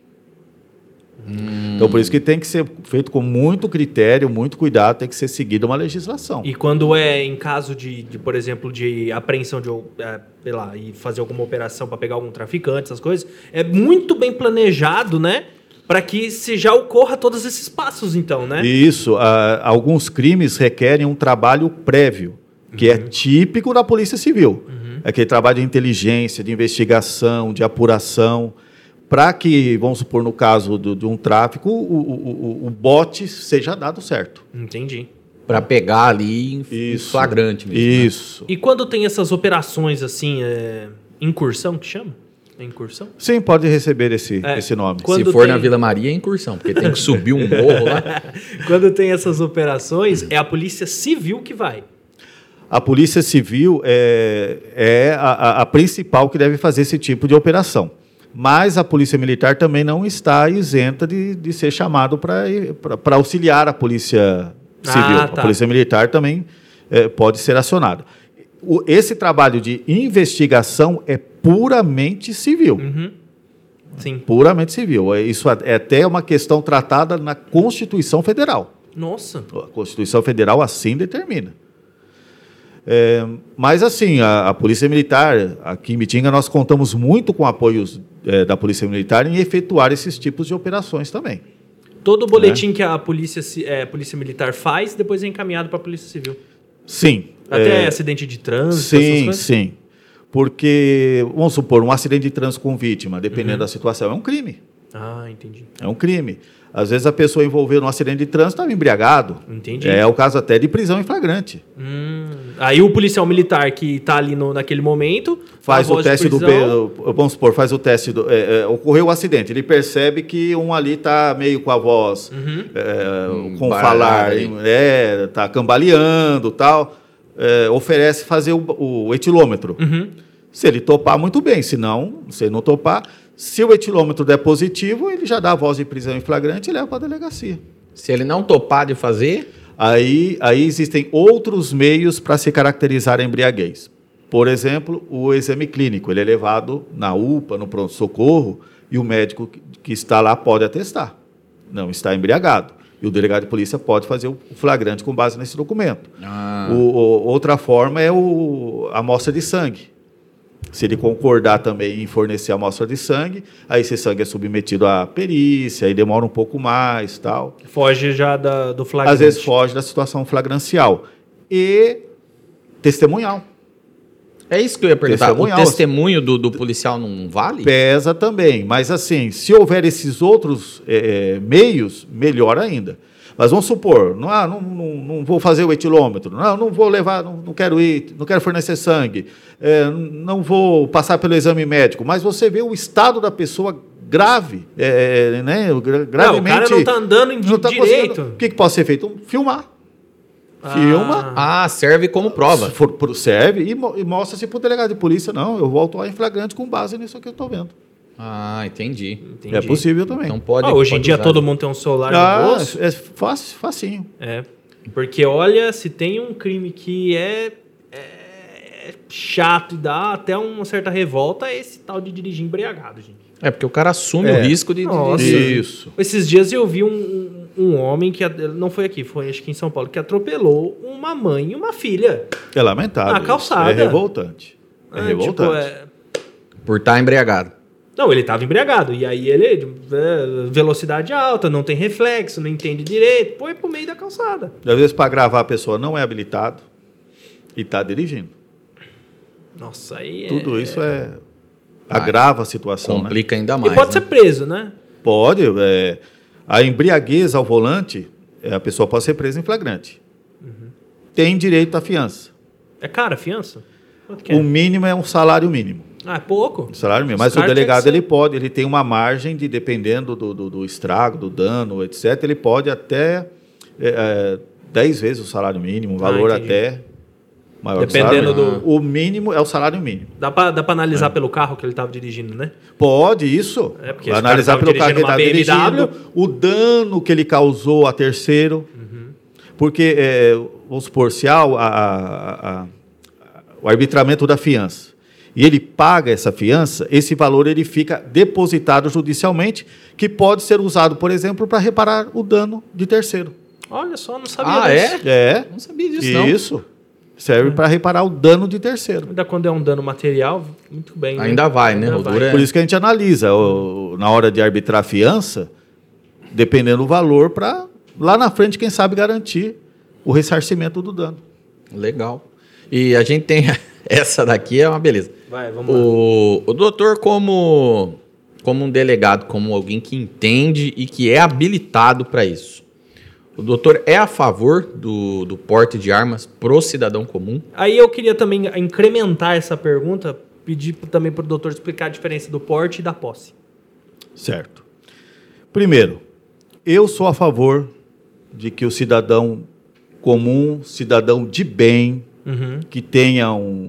Então, por isso que tem que ser feito com muito critério, muito cuidado, tem que ser seguida uma legislação. E quando é em caso de por exemplo, de apreensão de, sei lá, e fazer alguma operação para pegar algum traficante, essas coisas, é muito bem planejado, né? Para que se já ocorra todos esses passos, então, né? Isso. Alguns crimes requerem um trabalho prévio, que é típico da Polícia Civil. Aquele trabalho de inteligência, de investigação, de apuração, para que, vamos supor, no caso de um tráfico, o bote seja dado certo. Entendi. Para pegar ali em flagrante mesmo. Isso. Né? E quando tem essas operações assim, incursão que chama? É incursão? Sim, pode receber esse nome. Se for na Vila Maria, é incursão, porque tem que subir um morro lá. Quando tem essas operações, é a Polícia Civil que vai. A Polícia Civil é a principal que deve fazer esse tipo de operação. Mas a Polícia Militar também não está isenta de ser chamado para auxiliar a Polícia Civil. Tá. A Polícia Militar também pode ser acionada. Esse trabalho de investigação é puramente civil. Sim. Puramente civil. Isso é até uma questão tratada na Constituição Federal. Nossa. A Constituição Federal assim determina. Mas, assim, a Polícia Militar, aqui em Mitinga, nós contamos muito com apoios da Polícia Militar em efetuar esses tipos de operações também. Todo o boletim que a Polícia Militar faz, depois é encaminhado para a Polícia Civil. Sim. Até acidente de trânsito, essas coisas? Sim. Porque, vamos supor, um acidente de trânsito com vítima, dependendo da situação, é um crime. Ah, entendi. É um crime. Às vezes a pessoa envolvida num acidente de trânsito estava embriagado. Entendi. É o caso até de prisão em flagrante. Aí o policial militar que está ali naquele momento... Faz o teste vamos supor, faz o teste ocorreu o acidente, ele percebe que um ali está meio com a voz, com falar, está cambaleando e tal, oferece fazer o etilômetro. Se ele topar, muito bem. Se ele não topar, se o etilômetro der positivo, ele já dá a voz de prisão em flagrante e leva para a delegacia. Se ele não topar de fazer... Aí existem outros meios para se caracterizar a embriaguez. Por exemplo, o exame clínico. Ele é levado na UPA, no pronto-socorro, e o médico que está lá pode atestar. Não está embriagado. E o delegado de polícia pode fazer o flagrante com base nesse documento. Outra forma é a amostra de sangue. Se ele concordar também em fornecer a amostra de sangue, aí esse sangue é submetido à perícia, aí demora um pouco mais, tal. Foge já do flagrante. Às vezes foge da situação flagrancial. E testemunhal. É isso que eu ia perguntar. O testemunho do policial não vale? Pesa também, mas assim, se houver esses outros meios, melhor ainda. Mas vamos supor, não vou fazer o etilômetro, não vou levar, não quero ir, não quero fornecer sangue, não vou passar pelo exame médico, mas você vê o estado da pessoa grave, né? Gravemente. O cara não está andando direito. O que pode ser feito? Filmar. Filma. Serve como prova. Serve e mostra-se para o delegado de polícia, não, eu volto lá em flagrante com base nisso que eu estou vendo. Entendi. É possível também. Então hoje em dia todo mundo tem um celular no bolso. É facinho. Porque olha, se tem um crime que é chato e dá até uma certa revolta, é esse tal de dirigir embriagado, gente. Porque o cara assume o risco de dirigir. Isso. Esses dias eu vi um homem que não foi aqui, foi acho que em São Paulo, que atropelou uma mãe e uma filha. É lamentável. Na calçada. É revoltante. Por estar embriagado. Não, ele estava embriagado. E aí velocidade alta, não tem reflexo, não entende direito, põe pro meio da calçada. Às vezes, para gravar, a pessoa não é habilitado e está dirigindo. Nossa, aí tudo isso agrava a situação. Complica ainda mais. E pode ser preso, né? Pode. A embriaguez ao volante, a pessoa pode ser presa em flagrante. Tem direito à fiança. É cara a fiança? O mínimo é um salário mínimo. É pouco. Salário mínimo. Mas o delegado ele tem uma margem de, dependendo do estrago, do dano, etc., ele pode até 10 vezes o salário mínimo, um valor até maior. Dependendo do... O mínimo é o salário mínimo. Dá para analisar pelo carro que ele estava dirigindo, né? Pode, isso. Porque analisar pelo carro que ele estava dirigindo, o dano que ele causou a terceiro. Porque, vamos supor, se há o arbitramento da fiança, e ele paga essa fiança, esse valor ele fica depositado judicialmente, que pode ser usado, por exemplo, para reparar o dano de terceiro. Olha só, não sabia disso. Não sabia disso, não. Isso. Serve para reparar o dano de terceiro. Ainda quando é um dano material, muito bem. Ainda vai, né? Por isso que a gente analisa, na hora de arbitrar a fiança, dependendo do valor, para lá na frente, quem sabe, garantir o ressarcimento do dano. Legal. E a gente tem... Essa daqui é uma beleza. Vamos lá. O doutor, como um delegado, como alguém que entende e que é habilitado para isso, o doutor é a favor do porte de armas pro cidadão comum? Aí eu queria também incrementar essa pergunta, pedir também para o doutor explicar a diferença do porte e da posse. Certo. Primeiro, eu sou a favor de que o cidadão comum, cidadão de bem, que tenha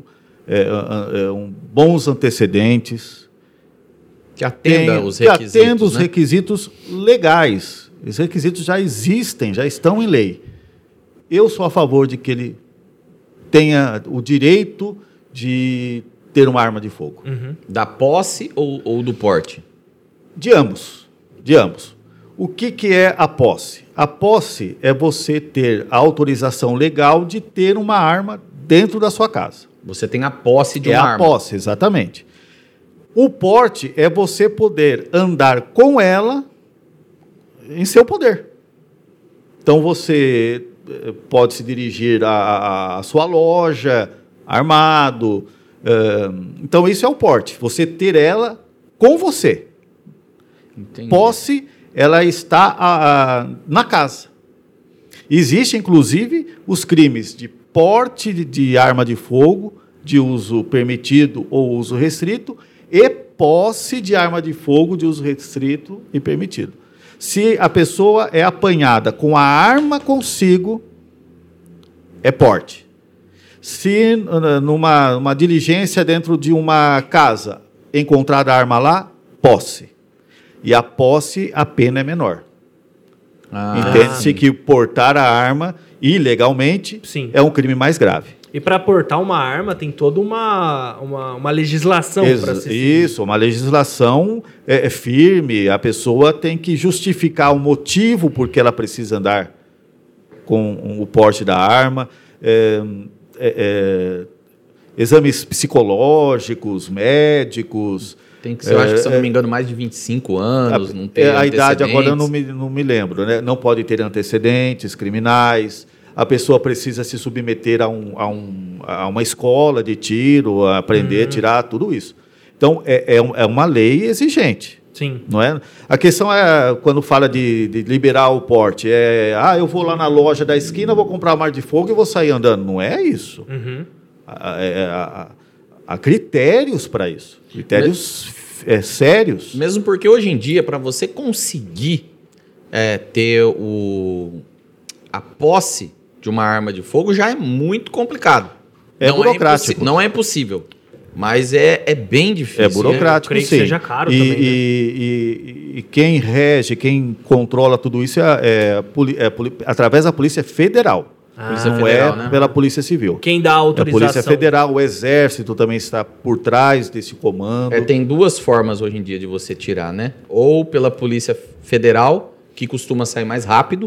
bons antecedentes, que atenda os requisitos, que atenda os requisitos legais. Os requisitos já existem, já estão em lei. Eu sou a favor de que ele tenha o direito de ter uma arma de fogo. Da posse ou do porte? De ambos. De ambos. O que é a posse? A posse é você ter a autorização legal de ter uma arma dentro da sua casa. Você tem a posse de uma arma. É a posse, exatamente. O porte é você poder andar com ela em seu poder. Então você pode se dirigir à sua loja armado. Então isso é o porte. Você ter ela com você. Entendi. Posse, ela está na casa. Existe, inclusive, os crimes de porte de arma de fogo, de uso permitido ou uso restrito, e posse de arma de fogo de uso restrito e permitido. Se a pessoa é apanhada com a arma consigo, é porte. Se numa diligência dentro de uma casa encontrar a arma lá, posse. E a posse, a pena é menor. Entende-se que portar a arma ilegalmente Sim. é um crime mais grave. E para portar uma arma tem toda uma legislação para se seguir. Isso, uma legislação firme. A pessoa tem que justificar o motivo por que ela precisa andar com o porte da arma. Exames psicológicos, médicos. Tem que ser, eu acho que, se eu não me engano, mais de 25 anos, não ter a idade agora eu antecedentes. não me lembro, né? Não pode ter antecedentes criminais. A pessoa precisa se submeter a uma escola de tiro, a aprender a tirar, tudo isso. Então, é uma lei exigente. Sim. Não é? A questão é, quando fala de liberar o porte, eu vou lá na loja da esquina, vou comprar uma arma de fogo e vou sair andando. Não é isso. Uhum. Há critérios para isso. Critérios sérios. Mesmo porque hoje em dia, para você conseguir ter a posse de uma arma de fogo, já é muito complicado. É burocrático. Não é impossível, mas é bem difícil. É burocrático, eu creio sim. que seja caro também, né? E quem rege, quem controla tudo isso através da Polícia Federal. Polícia Não Federal, né? pela Polícia Civil. Quem dá a A autorização? Polícia Federal, o Exército também está por trás desse comando. Tem duas formas hoje em dia de você tirar, né? Ou pela Polícia Federal, que costuma sair mais rápido,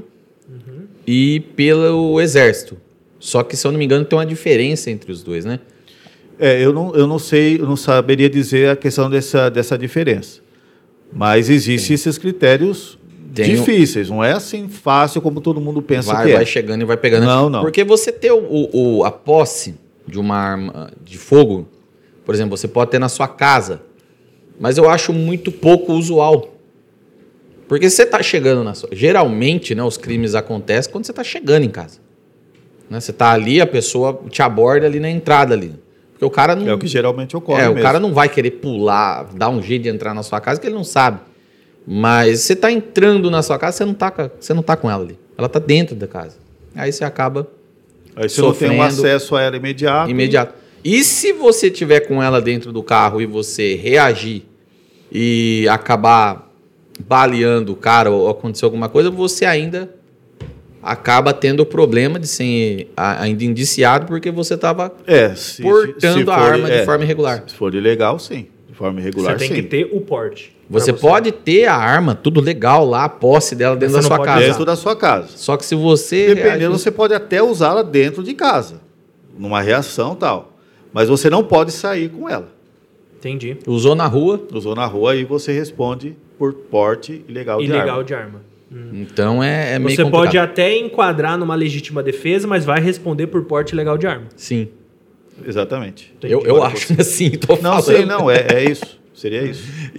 e pelo Exército. Só que, se eu não me engano, tem uma diferença entre os dois, né? Eu não sei, eu não saberia dizer a questão dessa diferença. Mas existem esses critérios difíceis. Não é assim fácil como todo mundo pensa que é. Vai chegando e vai pegando. Não. Porque você ter a posse de uma arma de fogo, por exemplo, você pode ter na sua casa, mas eu acho muito pouco usual. Porque você está chegando na sua... Geralmente, né, os crimes acontecem quando você está chegando em casa. Né? Você está ali, a pessoa te aborda ali na entrada ali. Porque o cara não... É o que geralmente ocorre mesmo. O cara não vai querer pular, dar um jeito de entrar na sua casa, que ele não sabe. Mas você está entrando na sua casa, você não tá com ela ali. Ela está dentro da casa. Aí você acaba Aí você não tem um acesso a ela imediato. E se você tiver com ela dentro do carro e você reagir e acabar baleando o cara ou acontecer alguma coisa, você ainda acaba tendo o problema de ser ainda indiciado porque você estava portando a arma de forma irregular. Se for ilegal, sim. De forma irregular, sim. Você tem que ter o porte. Você pode ter a arma, tudo legal lá, a posse dela dentro da sua casa. Dentro da sua casa. Só que se você... Dependendo, você pode até usá-la dentro de casa, numa reação e tal. Mas você não pode sair com ela. Entendi. Usou na rua. Usou na rua e você responde por porte ilegal de arma. Então é meio Você complicado. pode até enquadrar numa legítima defesa, mas vai responder por porte ilegal de arma. Sim. Exatamente. Eu acho assim, tô falando. Não, sei, não, é isso. Seria isso.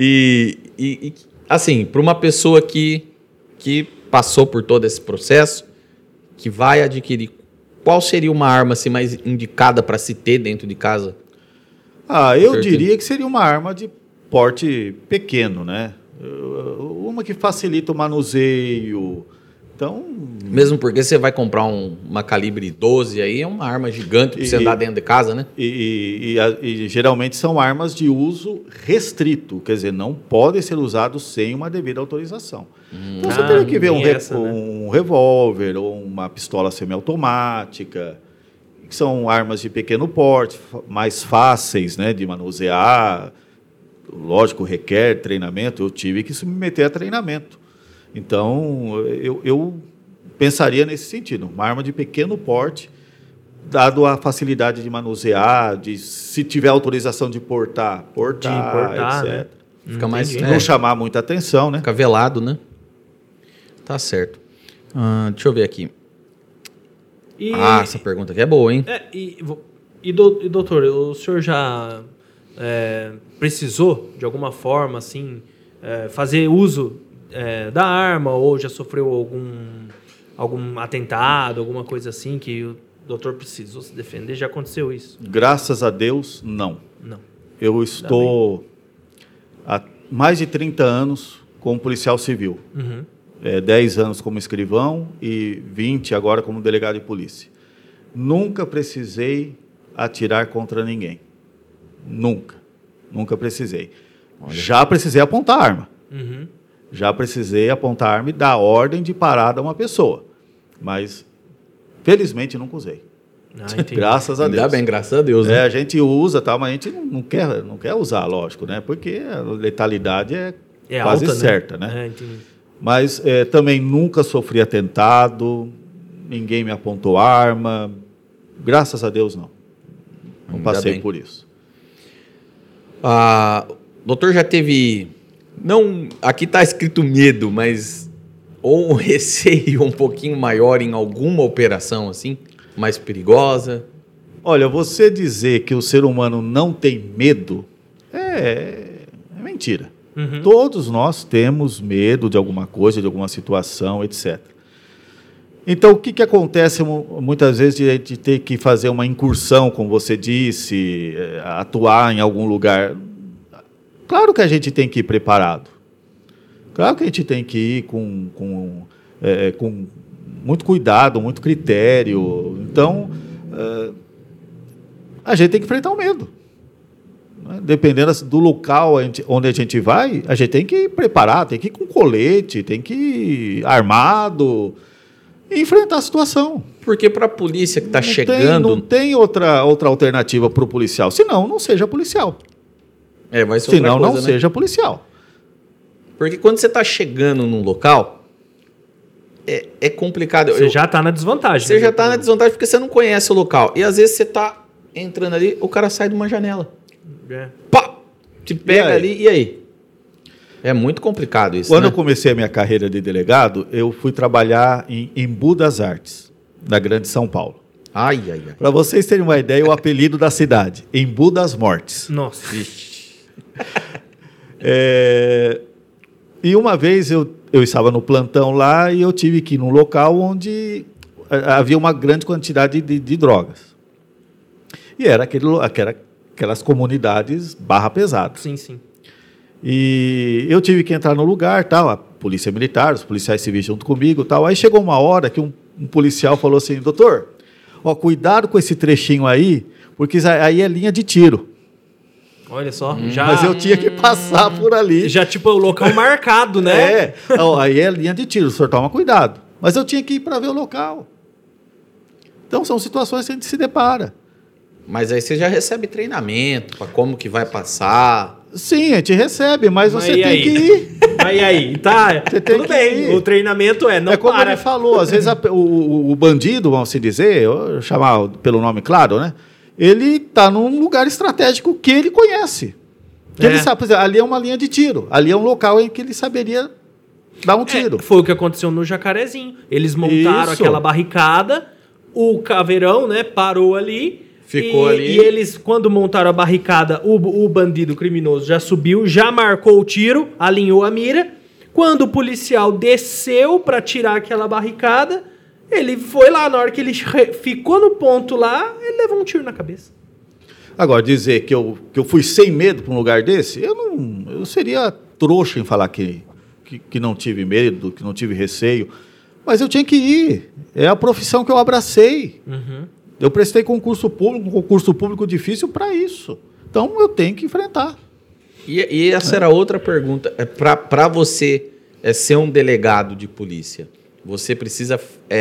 E assim, para uma pessoa que passou por todo esse processo, que vai adquirir, qual seria uma arma assim, mais indicada para se ter dentro de casa? Eu diria que seria uma arma de porte pequeno, né? Uma que facilita o manuseio. Então... Mesmo porque você vai comprar uma calibre 12 aí, é uma arma gigante para você andar dentro de casa, né? E geralmente são armas de uso restrito, quer dizer, não podem ser usados sem uma devida autorização. Então você teria que ver um revólver ou uma pistola semiautomática, que são armas de pequeno porte, mais fáceis, né, de manusear. Lógico, requer treinamento. Eu tive que submeter a treinamento. Então, eu pensaria nesse sentido. Uma arma de pequeno porte, dado a facilidade de manusear, se tiver autorização de portar, etc. Né? Fica mais... Não chamar muita atenção, né? Fica velado, né? Tá certo. Deixa eu ver aqui. Essa pergunta aqui é boa, hein? Doutor, o senhor já precisou, de alguma forma, assim, fazer uso da arma, ou já sofreu algum atentado, alguma coisa assim, que o doutor precisou se defender? Já aconteceu isso? Graças a Deus, não. Não. Eu estou há mais de 30 anos como policial civil. 10 anos como escrivão e 20 agora como delegado de polícia. Nunca precisei atirar contra ninguém. Nunca precisei. Já precisei apontar arma. Já precisei apontar arma e dar ordem de parada a uma pessoa. Mas, felizmente, nunca usei. Graças a Deus. Ainda bem, graças a Deus. Né? A gente usa, tá, mas a gente não quer usar, lógico, né? Porque a letalidade é quase alta, certa, né? Entendi. Mas também nunca sofri atentado, ninguém me apontou arma. Graças a Deus, não. Não passei por isso. O doutor já teve... Não, aqui está escrito medo, mas... Ou um receio um pouquinho maior em alguma operação, assim? Mais perigosa? Olha, você dizer que o ser humano não tem medo é mentira. Todos nós temos medo de alguma coisa, de alguma situação, etc. Então, o que acontece muitas vezes de a gente ter que fazer uma incursão, como você disse, atuar em algum lugar? Claro que a gente tem que ir preparado. Claro que a gente tem que ir com muito cuidado, muito critério. Então, a gente tem que enfrentar o medo. Dependendo do local onde a gente vai, a gente tem que ir preparado, tem que ir com colete, tem que ir armado e enfrentar a situação. Porque para a polícia que está chegando... Não tem outra alternativa para o policial. Senão, não seja policial. Vai ser Senão, outra coisa, não seja policial. Porque quando você está chegando num local, é complicado. Você já está na desvantagem. Você já está na desvantagem porque você não conhece o local. E às vezes você está entrando ali, o cara sai de uma janela. Pá! Te pega ali, e aí? É muito complicado isso, Quando né? eu comecei a minha carreira de delegado, eu fui trabalhar em Embu das Artes, na Grande São Paulo. Ai. Para vocês terem uma ideia, o apelido da cidade, Embu das Mortes. Nossa. E uma vez eu estava no plantão lá e eu tive que ir num local onde havia uma grande quantidade de drogas. E era aquelas comunidades barra pesada. Sim. E eu tive que entrar no lugar, tal, a polícia militar, os policiais civis junto comigo, tal. Aí chegou uma hora que um policial falou assim: doutor, cuidado com esse trechinho aí, porque aí é linha de tiro. Olha só, Mas eu tinha que passar por ali. Já tipo o local marcado, né? Aí é linha de tiro, o senhor toma cuidado. Mas eu tinha que ir para ver o local. Então são situações que a gente se depara. Mas aí você já recebe treinamento para como que vai passar. Sim, a gente recebe, mas você tem que ir. Mas e aí? Tá, tudo bem. Ir. O treinamento não como para. Ele falou, às vezes o bandido, vamos se dizer, eu chamar pelo nome claro, né? Ele está num lugar estratégico que ele conhece. Que ele sabe, por exemplo, ali é uma linha de tiro. Ali é um local em que ele saberia dar um tiro. Foi o que aconteceu no Jacarezinho. Eles montaram aquela barricada, o caveirão, né, parou ali. Ficou ali. E eles, quando montaram a barricada, o bandido criminoso já subiu, já marcou o tiro, alinhou a mira. Quando o policial desceu para tirar aquela barricada, ele foi lá, na hora que ele ficou no ponto lá, ele levou um tiro na cabeça. Agora, dizer que eu fui sem medo para um lugar desse, eu seria trouxa em falar que não tive medo, que não tive receio. Mas eu tinha que ir. É a profissão que eu abracei. Eu prestei concurso público, um concurso público difícil para isso. Então, eu tenho que enfrentar. E essa era outra pergunta. Para você ser um delegado de polícia, você precisa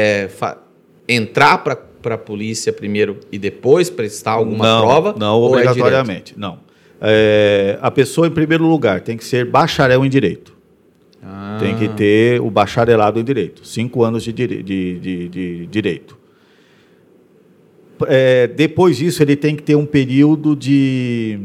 entrar para a polícia primeiro e depois prestar alguma prova? Não, obrigatoriamente. Não. A pessoa, em primeiro lugar, tem que ser bacharel em Direito. Tem que ter o bacharelado em Direito. 5 anos de Direito. Depois disso, ele tem que ter um período de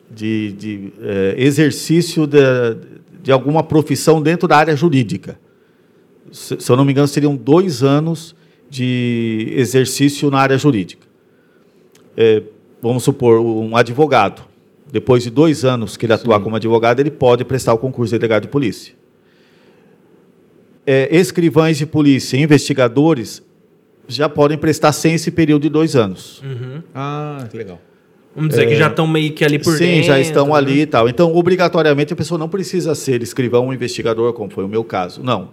exercício de alguma profissão dentro da área jurídica. Se eu não me engano, seriam 2 anos de exercício na área jurídica. Vamos supor, um advogado. Depois de 2 anos que ele atuar como advogado, ele pode prestar o concurso de delegado de polícia. Escrivães de polícia, investigadores, já podem prestar sem esse período de 2 anos. Que legal. Vamos dizer que já estão meio que ali por dentro. Sim, já estão ali e tal. Então, obrigatoriamente, a pessoa não precisa ser escrivão ou investigador, como foi o meu caso. Não.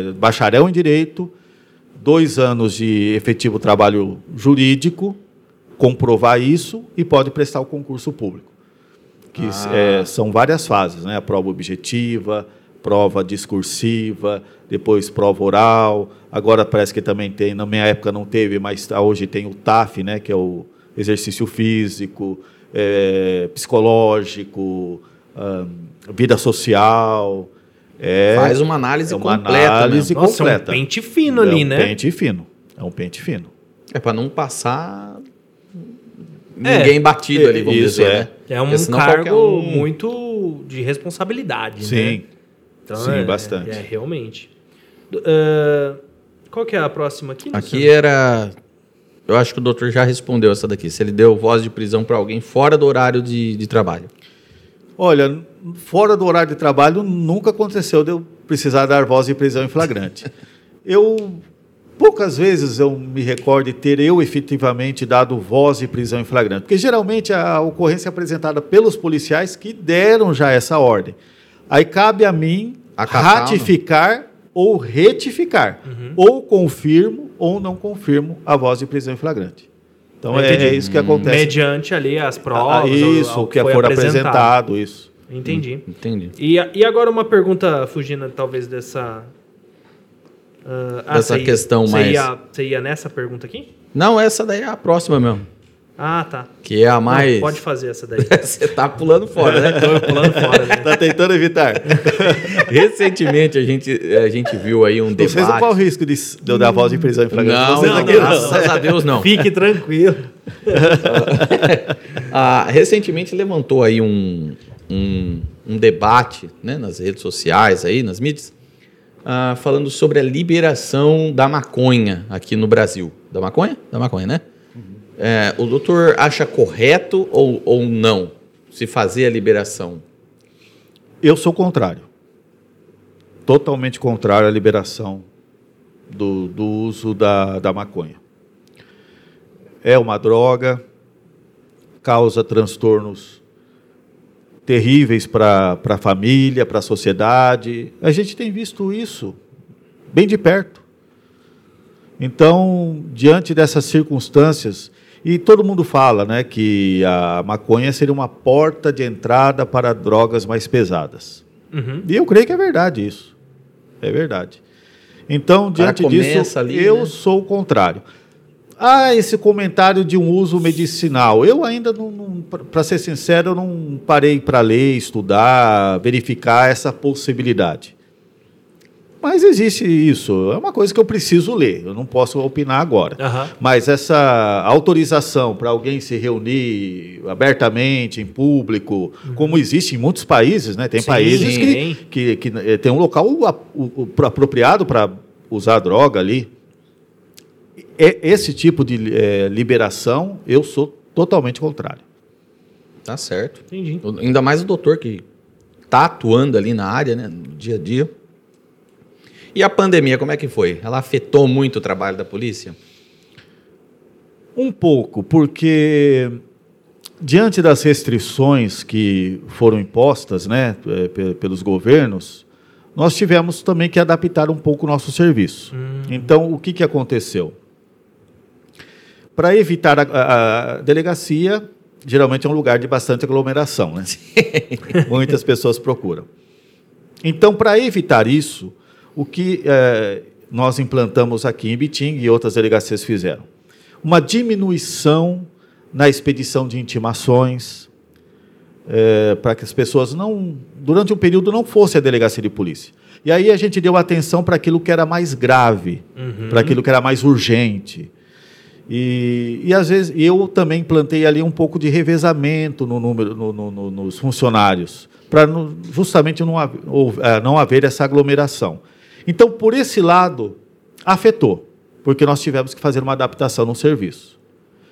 Bacharel em Direito, 2 anos de efetivo trabalho jurídico, comprovar isso e pode prestar o concurso público. Que são várias fases, né? A prova objetiva, prova discursiva, depois prova oral. Agora parece que também tem, na minha época não teve, mas hoje tem o TAF, né? Que é o exercício físico, psicológico, vida social. Faz uma análise completa. Análise completa. É um pente fino ali, né? É um pente fino. É para não passar ninguém batido ali, vamos dizer, né? É um cargo muito de responsabilidade, sim. né? Então, sim, bastante. Realmente. Qual que é a próxima aqui? Aqui era... Eu acho que o doutor já respondeu essa daqui. Se ele deu voz de prisão para alguém fora do horário de trabalho. Olha, fora do horário de trabalho nunca aconteceu de eu precisar dar voz de prisão em flagrante. Poucas vezes eu me recordo de ter efetivamente dado voz de prisão em flagrante, porque geralmente a ocorrência é apresentada pelos policiais que deram já essa ordem. Aí cabe a mim ratificar ou retificar. Ou confirmo ou não confirmo a voz de prisão em flagrante. Então é isso que acontece. Mediante ali as provas. Isso, o que for apresentado, isso. Entendi. Entendi. E agora uma pergunta fugindo talvez dessa... dessa questão mais... Você ia nessa pergunta aqui? Não, essa daí é a próxima mesmo. Ah, tá. Que é a mais... Não, pode fazer essa daí. Você tá pulando fora, né? Tô pulando fora, né? Tá tentando evitar. Recentemente a gente viu aí um debate... Vocês não qual o risco de eu dar voz de prisão em flagrante? Não, graças a Deus não. Fique tranquilo. Recentemente levantou aí um debate, né, nas redes sociais, aí, nas mídias, falando sobre a liberação da maconha aqui no Brasil. Da maconha? Da maconha, né? O doutor acha correto ou não se fazer a liberação? Eu sou contrário. Totalmente contrário à liberação do uso da maconha. É uma droga, causa transtornos terríveis para a família, para a sociedade. A gente tem visto isso bem de perto. Então, diante dessas circunstâncias, e todo mundo fala, né, que a maconha seria uma porta de entrada para drogas mais pesadas. E eu creio que é verdade isso. É verdade. Então, diante disso, eu sou o contrário. Esse comentário de um uso medicinal. Eu ainda, para ser sincero, eu não parei para ler, estudar, verificar essa possibilidade. Mas existe isso. É uma coisa que eu preciso ler. Eu não posso opinar agora. Mas essa autorização para alguém se reunir abertamente, em público, como existe em muitos países, né? Tem países que tem um local apropriado para usar droga ali. Esse tipo de liberação, eu sou totalmente contrário. Tá certo. Entendi. Ainda mais o doutor que está atuando ali na área, né, no dia a dia. E a pandemia, como é que foi? Ela afetou muito o trabalho da polícia? Um pouco, porque diante das restrições que foram impostas, né, pelos governos, nós tivemos também que adaptar um pouco o nosso serviço. Então, o que aconteceu? Para evitar a delegacia, geralmente é um lugar de bastante aglomeração, né? Muitas pessoas procuram. Então, para evitar isso, o que nós implantamos aqui em Biting e outras delegacias fizeram? Uma diminuição na expedição de intimações, para que as pessoas durante um período não fossem à delegacia de polícia. E aí a gente deu atenção para aquilo que era mais grave, para aquilo que era mais urgente. E às vezes eu também implantei ali um pouco de revezamento no número, nos funcionários, para justamente não haver essa aglomeração. Então, por esse lado, afetou, porque nós tivemos que fazer uma adaptação no serviço.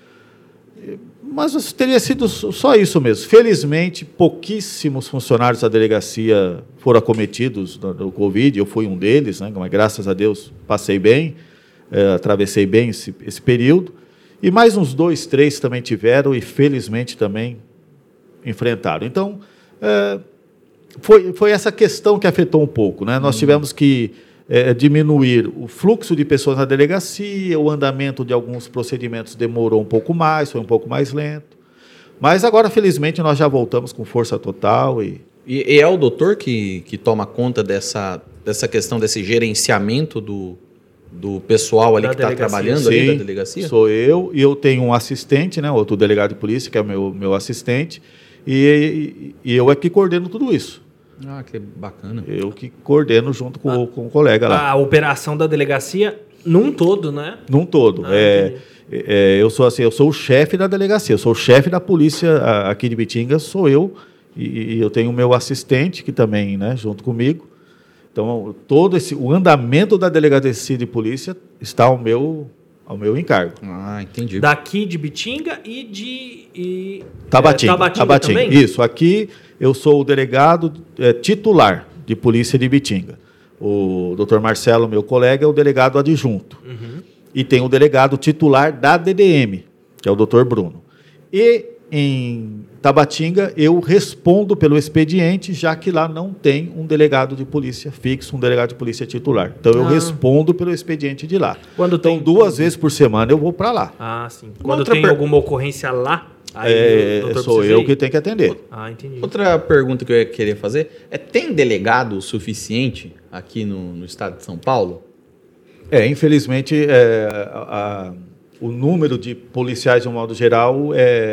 Mas teria sido só isso mesmo. Felizmente, pouquíssimos funcionários da delegacia foram acometidos do Covid, eu fui um deles, né? Mas graças a Deus passei bem, atravessei bem esse período, e mais uns 2, 3 também tiveram e felizmente também enfrentaram. Então, foi essa questão que afetou um pouco, né? Nós tivemos que diminuir o fluxo de pessoas na delegacia, o andamento de alguns procedimentos demorou um pouco mais, foi um pouco mais lento. Mas agora, felizmente, nós já voltamos com força total. E é o doutor que toma conta dessa questão, desse gerenciamento do pessoal ali que está trabalhando ali da delegacia? Sou eu, e eu tenho um assistente, né, outro delegado de polícia, que é o meu assistente, e eu é que coordeno tudo isso. Ah, que bacana. Eu que coordeno junto com o colega lá. A operação da delegacia num todo, né? Num todo. Eu sou o chefe da delegacia, eu sou o chefe da polícia aqui de Bitinga, sou eu, e eu tenho o meu assistente, que também, né, junto comigo. Então, o andamento da delegacia de polícia está ao meu encargo. Ah, entendi. Daqui de Bitinga e de Tabatinga também? Isso, aqui eu sou o delegado titular de polícia de Bitinga. O Dr. Marcelo, meu colega, é o delegado adjunto. Uhum. E tem o delegado titular da DDM, que é o Dr. Bruno. E em Tabatinga, eu respondo pelo expediente, já que lá não tem um delegado de polícia fixo, um delegado de polícia titular. Então, eu respondo pelo expediente de lá. Então, 2 vezes por semana eu vou para lá. Ah, sim. Quando tem alguma ocorrência lá, aí sou eu que tenho que atender. Ah, entendi. Outra pergunta que eu ia querer fazer tem delegado suficiente aqui no estado de São Paulo? Infelizmente, o número de policiais, de um modo geral,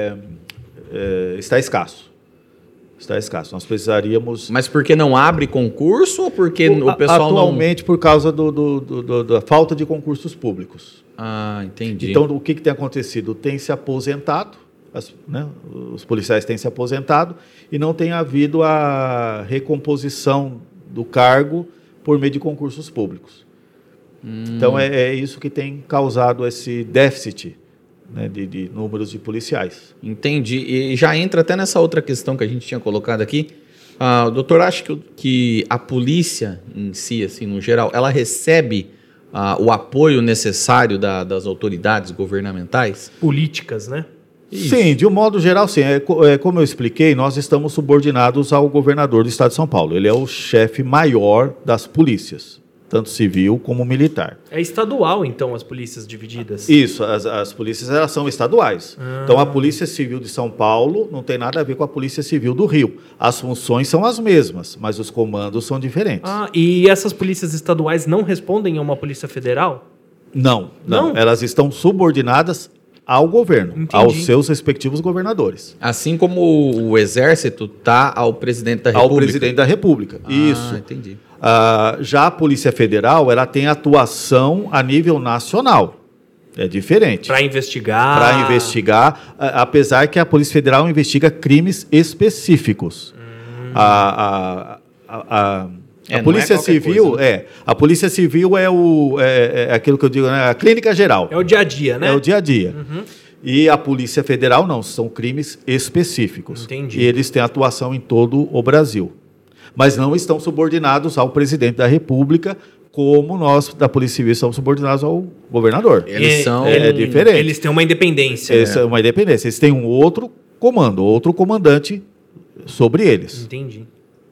está escasso. Está escasso. Nós precisaríamos... Mas porque não abre concurso ou porque o pessoal atualmente, por causa da falta de concursos públicos. Ah, entendi. Então, o que tem acontecido? Tem se aposentado, os policiais têm se aposentado e não tem havido a recomposição do cargo por meio de concursos públicos. Então, é isso que tem causado esse déficit, né, de números de policiais. Entendi. E já entra até nessa outra questão que a gente tinha colocado aqui. O doutor acha que a polícia em si, assim, no geral, ela recebe o apoio necessário das autoridades governamentais? Políticas, né? Isso. Sim, de um modo geral, sim. Como eu expliquei, nós estamos subordinados ao governador do estado de São Paulo. Ele é o chefe maior das polícias, tanto civil como militar. É estadual, então, as polícias divididas? Isso, as polícias elas são estaduais. Então, a Polícia Civil de São Paulo não tem nada a ver com a Polícia Civil do Rio. As funções são as mesmas, mas os comandos são diferentes. E essas polícias estaduais não respondem a uma polícia federal? Não. Elas estão subordinadas ao governo, aos seus respectivos governadores. Assim como o Exército está ao presidente da República. Ao presidente da República, isso. Entendi. Já a Polícia Federal, ela tem atuação a nível nacional. É diferente. Para investigar. Apesar que a Polícia Federal investiga crimes específicos. A Polícia Civil coisa, né? A Polícia Civil é aquilo que eu digo, né? A clínica geral. É o dia a dia, né? É o dia a dia. E a Polícia Federal não, são crimes específicos. Entendi. E eles têm atuação em todo o Brasil. Mas não estão subordinados ao presidente da República, como nós da Polícia Civil estamos subordinados ao governador. É diferente. Eles têm uma independência. Uma independência. Eles têm um outro comando, outro comandante sobre eles. Entendi.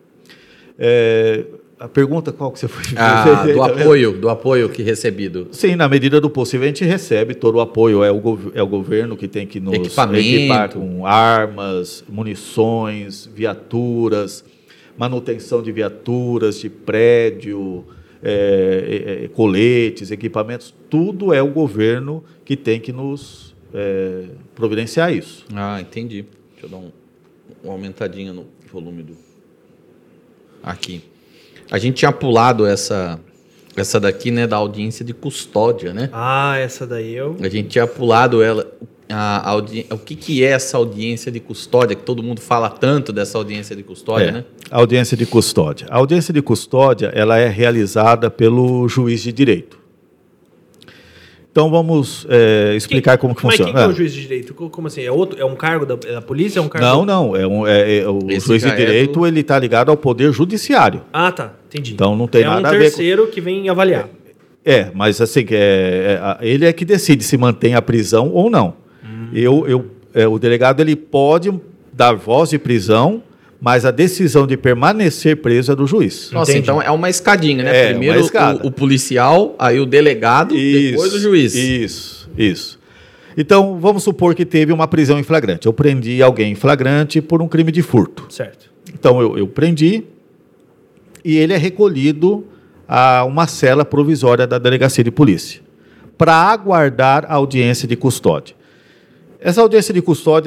A pergunta qual que você foi? Do apoio que recebido. Sim, na medida do possível a gente recebe todo o apoio. É o governo que tem que nos equipar com armas, munições, viaturas, manutenção de viaturas, de prédio, coletes, equipamentos. Tudo é o governo que tem que nos providenciar isso. Ah, entendi. Deixa eu dar uma aumentadinha no volume do... Aqui. A gente tinha pulado essa daqui, né, da audiência de custódia, né? Essa daí eu... A gente tinha pulado ela. O que é essa audiência de custódia, que todo mundo fala tanto dessa audiência de custódia, né? A audiência de custódia. A audiência de custódia, ela é realizada pelo juiz de direito. Então, vamos explicar como que funciona. Mas quem é o juiz de direito? Como assim? É um cargo da polícia? É um cargo não. O juiz de direito ele está ligado ao poder judiciário. Tá. Entendi. Então, não tem nada a ver com... É um terceiro que vem avaliar. Mas assim, ele é que decide se mantém a prisão ou não. O delegado ele pode dar voz de prisão, mas a decisão de permanecer preso é do juiz. Nossa, Entendi. então é uma escadinha, né? Primeiro o policial, aí o delegado, depois o juiz. Isso. Então, vamos supor que teve uma prisão em flagrante. Eu prendi alguém em flagrante por um crime de furto. Certo. Então, eu prendi e ele é recolhido a uma cela provisória da delegacia de polícia para aguardar a audiência de custódia. Essa audiência de custódia,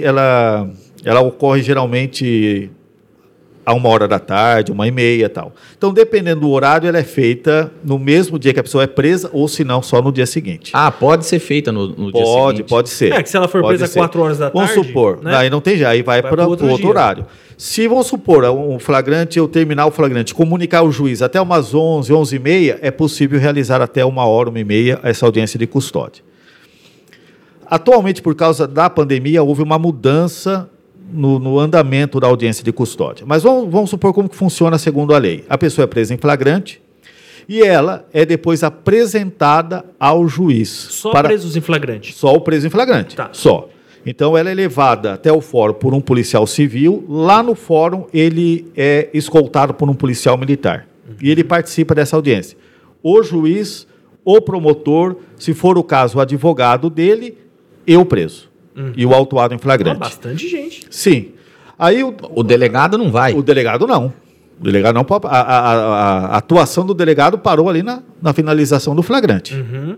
ela ocorre geralmente a 1h da tarde, 1h30 e tal. Então, dependendo do horário, ela é feita no mesmo dia que a pessoa é presa, ou se não, só no dia seguinte. Ah, pode ser feita no dia seguinte? Pode ser. Que se ela for presa 4 horas da tarde... Vamos supor, né? Aí não tem já, aí vai para outro horário. Se, vamos supor, um flagrante, eu terminar o flagrante, comunicar ao juiz até umas 11, 11h30, é possível realizar até 1h, 1h30 essa audiência de custódia. Atualmente, por causa da pandemia, houve uma mudança no andamento da audiência de custódia. Mas vamos supor como que funciona segundo a lei. A pessoa é presa em flagrante e ela é depois apresentada ao juiz. Só presos em flagrante? Só o preso em flagrante. Tá. Só. Então, ela é levada até o fórum por um policial civil. Lá no fórum, ele é escoltado por um policial militar. E ele participa dessa audiência. O juiz, o promotor, se for o caso, o advogado dele e o preso. E o autuado em flagrante. Bastante gente. Sim. Aí o delegado não vai. O delegado não. O delegado não pode. A atuação do delegado parou ali na finalização do flagrante.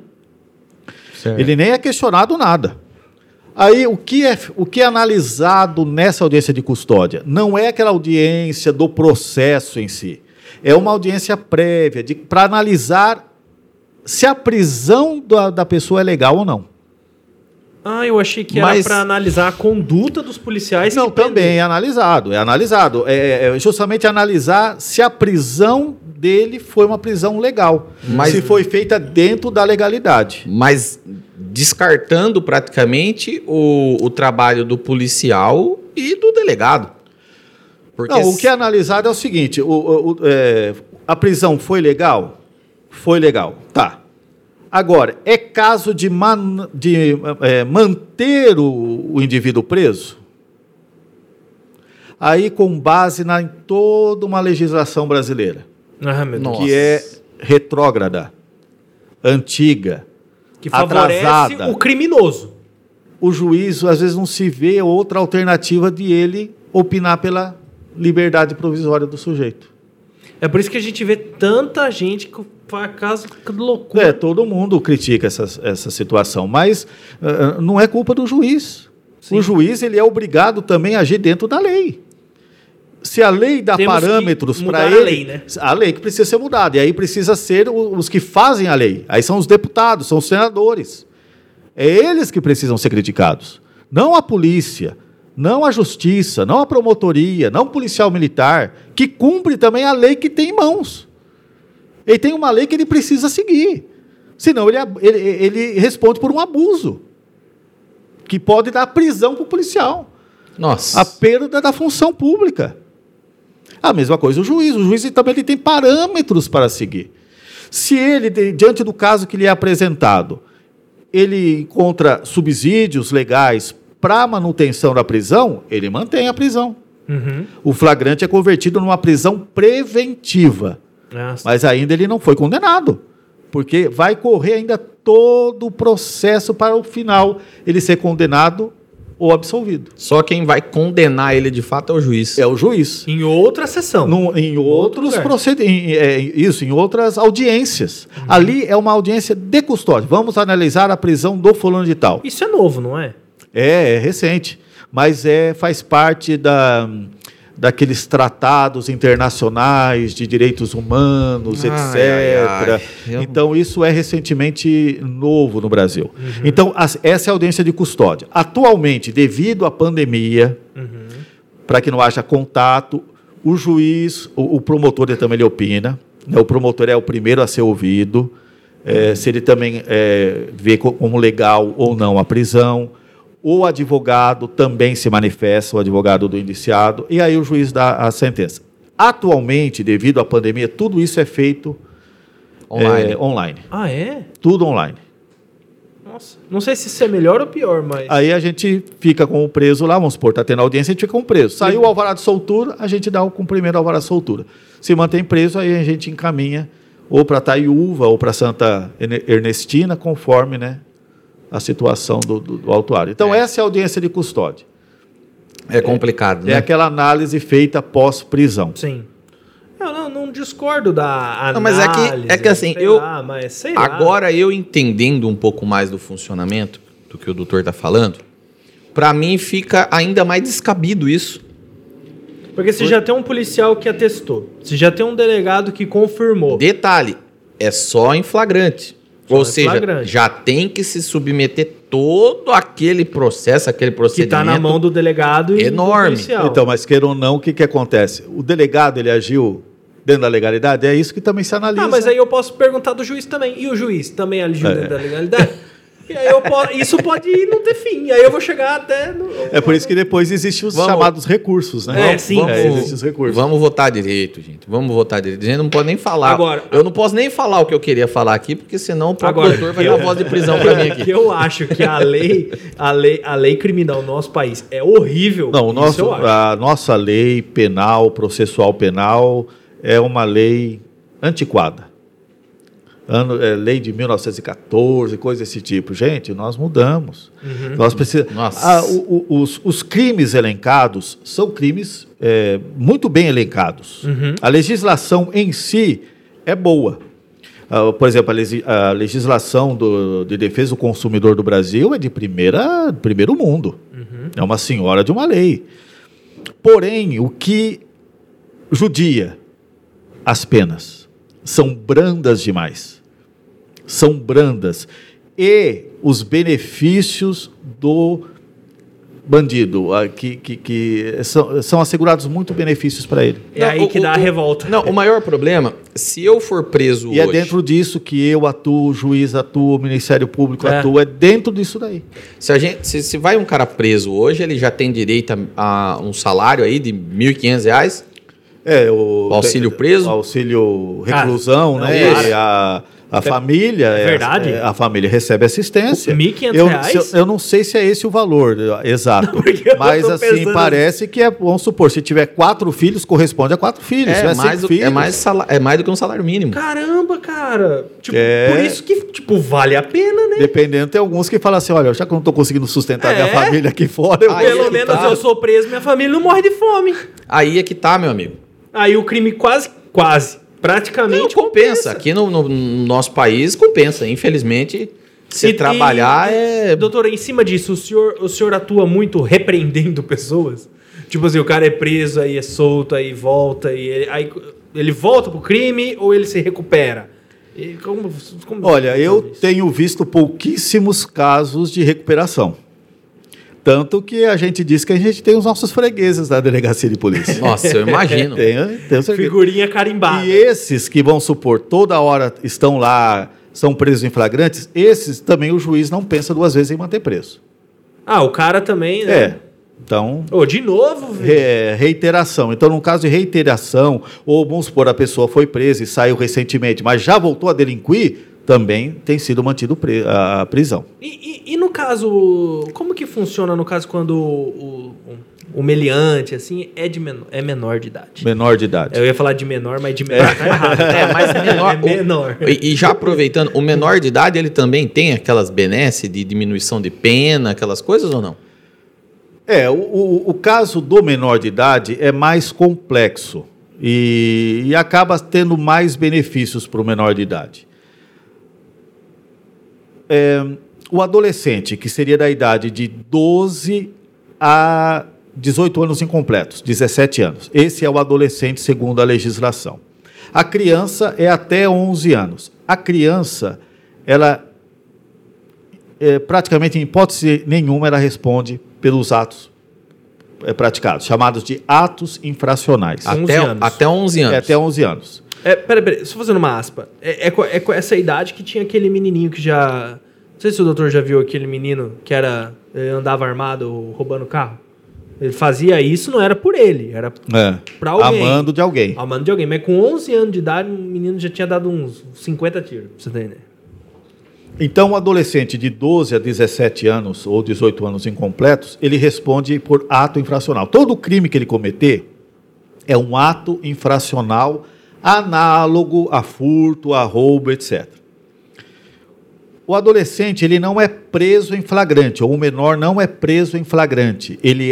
Ele nem é questionado nada. Aí, o que é analisado nessa audiência de custódia? Não é aquela audiência do processo em si. É uma audiência prévia para analisar se a prisão da pessoa é legal ou não. Eu achei que era para analisar a conduta dos policiais. Não, também é analisado. É justamente analisar se a prisão dele foi uma prisão legal. Se foi feita dentro da legalidade. Mas descartando praticamente o trabalho do policial e do delegado. Porque não, o que é analisado é o seguinte, a prisão foi legal? Foi legal, tá. Agora, é caso de manter o indivíduo preso? Aí, com base em toda uma legislação brasileira, que é retrógrada, antiga, que favorece atrasada, o criminoso. O juiz, às vezes, não se vê outra alternativa de ele opinar pela liberdade provisória do sujeito. É por isso que a gente vê tanta gente que faz caso de loucura. Todo mundo critica essa situação, mas não é culpa do juiz. Sim. O juiz ele é obrigado também a agir dentro da lei. Se a lei dá parâmetros para ele, lei, né? A lei que precisa ser mudada, e aí precisa ser os que fazem a lei. Aí são os deputados, são os senadores. É eles que precisam ser criticados, não a polícia, não a justiça, não a promotoria, não o policial militar, que cumpre também a lei que tem em mãos. Ele tem uma lei que ele precisa seguir. Senão ele responde por um abuso, que pode dar prisão para o policial. Nossa. A perda da função pública. A mesma coisa o juiz também ele tem parâmetros para seguir. Se ele, diante do caso que lhe é apresentado, ele encontra subsídios legais para a manutenção da prisão, ele mantém a prisão. O flagrante é convertido numa prisão preventiva. Mas ainda ele não foi condenado, porque vai correr ainda todo o processo para o final ele ser condenado ou absolvido. Só quem vai condenar ele de fato é o juiz. É o juiz. Em outra sessão. Em outros procedimentos. Em outras audiências. Ali é uma audiência de custódia. Vamos analisar a prisão do fulano de tal. Isso é novo, não é? É recente. Mas faz parte daqueles tratados internacionais de direitos humanos, etc. Então, isso é recentemente novo no Brasil. Então, essa é a audiência de custódia. Atualmente, devido à pandemia, para que não haja contato, o juiz, o promotor ele também opina, né? O promotor é o primeiro a ser ouvido, se ele também vê como legal ou não a prisão. O advogado também se manifesta, o advogado do indiciado, e aí o juiz dá a sentença. Atualmente, devido à pandemia, tudo isso é feito online. Ah, é? Tudo online. Nossa, não sei se isso é melhor ou pior, mas... Aí a gente fica com o preso lá, vamos supor, está tendo audiência, a gente fica com o preso. Saiu o alvará de soltura, a gente dá o cumprimento ao alvará de soltura. Se mantém preso, aí a gente encaminha ou para Taiúva ou para Santa Ernestina, conforme, né, a situação do autuário. Então, essa é a audiência de custódia. É complicado, né? É aquela análise feita pós-prisão. Sim. Eu não discordo da análise. Não, mas é que assim, sei lá. Agora eu entendendo um pouco mais do funcionamento do que o doutor está falando, para mim fica ainda mais descabido isso. Porque você já tem um policial que atestou, você já tem um delegado que confirmou. Detalhe, é só em flagrante. Ou seja, já tem que se submeter todo aquele processo, aquele procedimento. Que está na mão do delegado e enorme. do policial. Então, mas queira ou não, o que acontece? O delegado, ele agiu dentro da legalidade? É isso que também se analisa. Ah, mas aí eu posso perguntar do juiz também. E o juiz também agiu dentro da legalidade? E aí isso pode ir não ter fim. E aí eu vou chegar até... É por isso que depois existem os chamados recursos, né? Existem os recursos. Vamos votar direito, gente. Vamos votar direito. A gente não pode nem falar. Agora, eu não posso nem falar o que eu queria falar aqui, porque senão o próprio doutor vai dar voz de prisão para mim aqui. Eu acho que a lei criminal no nosso país é horrível. Não, a nossa lei penal, processual penal, é uma lei antiquada. Lei de 1914, coisa desse tipo. Gente, nós mudamos. Nós precisamos. Os crimes elencados são crimes muito bem elencados. A legislação em si é boa. Por exemplo, a legislação de defesa do consumidor do Brasil é de primeiro mundo. É uma senhora de uma lei. Porém, o que judia as penas são brandas demais. São brandas. E os benefícios do bandido, que são assegurados muito benefícios para ele. É aí que dá a revolta. Não, o maior problema, se eu for preso hoje... E é dentro disso que eu atuo, o juiz atua, o Ministério Público atua, é dentro disso daí. Se vai um cara preso hoje, ele já tem direito a um salário aí de R$ 1.500? O auxílio preso? O auxílio reclusão, né? A família... É verdade? A família recebe assistência. R$ 1.500? Eu não sei se é esse o valor exato. Mas assim, parece que vamos supor, se tiver 4 filhos, corresponde a 4 filhos. É mais do que um salário mínimo. Caramba, cara. Por isso que, vale a pena, né? Dependendo, tem alguns que falam assim, olha, já que eu não estou conseguindo sustentar minha família aqui fora... Pelo menos eu sou preso, minha família não morre de fome. Aí é que tá, meu amigo. Aí o crime praticamente não, compensa. Aqui no nosso país compensa. Infelizmente, se trabalhar é... Doutor, em cima disso, o senhor atua muito repreendendo pessoas? Tipo assim, o cara é preso, aí é solto, aí volta, aí ele volta pro crime ou ele se recupera? Olha, eu tenho visto pouquíssimos casos de recuperação. Tanto que a gente diz que a gente tem os nossos fregueses da delegacia de polícia. Nossa, eu imagino. Tenho figurinha carimbada. E esses que, vamos supor, toda hora estão lá, são presos em flagrantes, esses também o juiz não pensa 2 vezes em manter preso. O cara também, né? Então... de novo? Reiteração. Então, no caso de reiteração, ou vamos supor, a pessoa foi presa e saiu recentemente, mas já voltou a delinquir, também tem sido mantido a prisão. E no caso, como que funciona no caso quando o meliante, assim, é menor de idade? Menor de idade. Eu ia falar de menor, mas de menor tá errado. Mas é menor. É menor. E já aproveitando, o menor de idade, ele também tem aquelas benesses de diminuição de pena, aquelas coisas ou não? O caso do menor de idade é mais complexo e acaba tendo mais benefícios para o menor de idade. O adolescente, que seria da idade de 12 a 18 anos incompletos, 17 anos. Esse é o adolescente segundo a legislação. A criança é até 11 anos. A criança, ela praticamente, em hipótese nenhuma, ela responde pelos atos praticados, chamados de atos infracionais. Até 11 anos. Até 11 anos. Peraí, só fazendo uma aspa. É com essa idade que tinha aquele menininho que já... Não sei se o doutor já viu aquele menino que andava armado roubando carro. Ele fazia isso, não era por ele, era pra alguém. Amando de alguém. Amando de alguém. Mas com 11 anos de idade, o menino já tinha dado uns 50 tiros, pra você entender. Então, um adolescente de 12 a 17 anos ou 18 anos incompletos, ele responde por ato infracional. Todo crime que ele cometer é um ato infracional análogo a furto, a roubo, etc. O adolescente, ele não é preso em flagrante, ou o menor não é preso em flagrante. Ele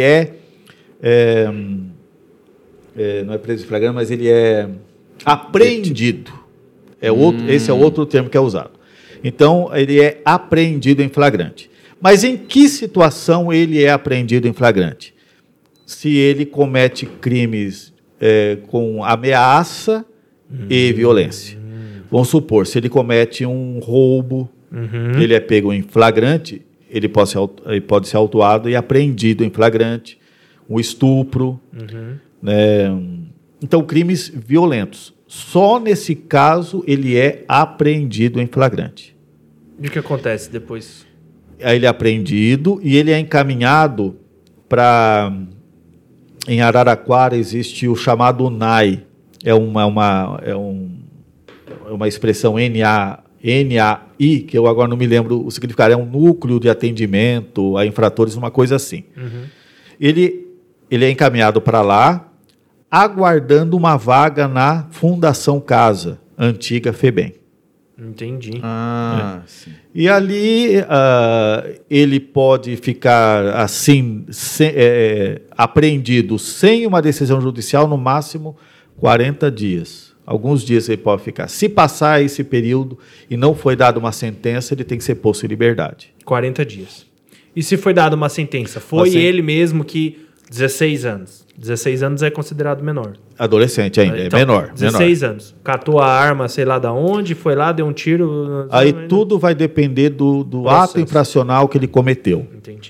não é preso em flagrante, mas ele é apreendido. Esse é outro termo que é usado. Então, ele é apreendido em flagrante. Mas em que situação ele é apreendido em flagrante? Se ele comete crimes com ameaça e violência. Vamos supor, se ele comete um roubo, ele é pego em flagrante, ele pode ser autuado e apreendido em flagrante, um estupro, né? Então, crimes violentos. Só nesse caso ele é apreendido em flagrante. E o que acontece depois? Aí ele é apreendido e ele é encaminhado para... Em Araraquara existe o chamado NAI. É uma expressão NAI, que eu agora não me lembro o significado. É um núcleo de atendimento a infratores, uma coisa assim. Ele é encaminhado para lá, aguardando uma vaga na Fundação Casa, antiga FEBEM. Entendi. Sim. E ali ele pode ficar assim, apreendido sem uma decisão judicial, no máximo 40 dias. Alguns dias ele pode ficar. Se passar esse período e não foi dada uma sentença, ele tem que ser posto em liberdade. 40 dias. E se foi dada uma sentença? Foi ele mesmo que... 16 anos. 16 anos é considerado menor. Adolescente ainda, então, é menor. 16 anos. Catou a arma, sei lá de onde, foi lá, deu um tiro... Aí tudo vai depender do ato infracional que ele cometeu. Entendi.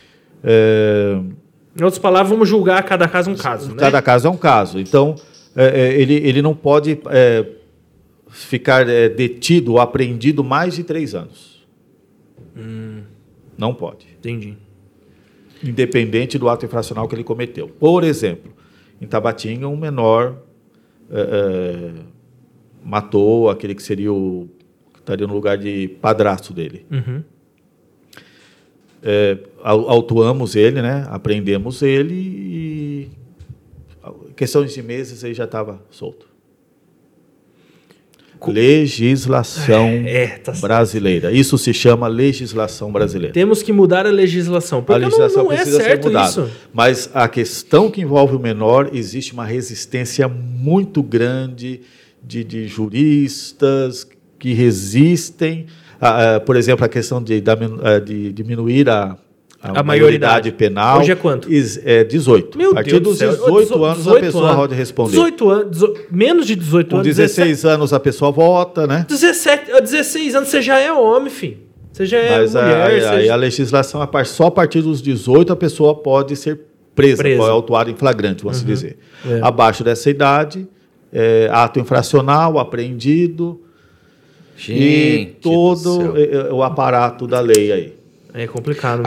Em outras palavras, vamos julgar cada caso um caso, né? Cada caso é um caso. Então, ele não pode ficar detido ou apreendido mais de 3 anos. Não pode. Entendi. Independente do ato infracional que ele cometeu. Por exemplo, em Tabatinga, um menor matou aquele que seria que estaria no lugar de padrasto dele. Autuamos ele, né? Apreendemos ele e questões de meses ele já estava solto. Legislação brasileira. Isso se chama legislação brasileira. Temos que mudar a legislação, porque a legislação não é certo isso. Mas a questão que envolve o menor, existe uma resistência muito grande de juristas que resistem. Por exemplo, a questão de diminuir a maioridade penal. Hoje é quanto? É 18. Meu a partir Deus dos 18 anos a pessoa pode responder. 18 anos, menos de 18 anos. Com 16 anos a pessoa vota, né? 16 anos você já é homem, filho. Você já é mulher. Mas a legislação, só a partir dos 18 a pessoa pode ser presa. Pode ser autuada em flagrante, vamos dizer. Abaixo dessa idade, ato infracional, apreendido. Gente, e todo o aparato da lei aí. É complicado.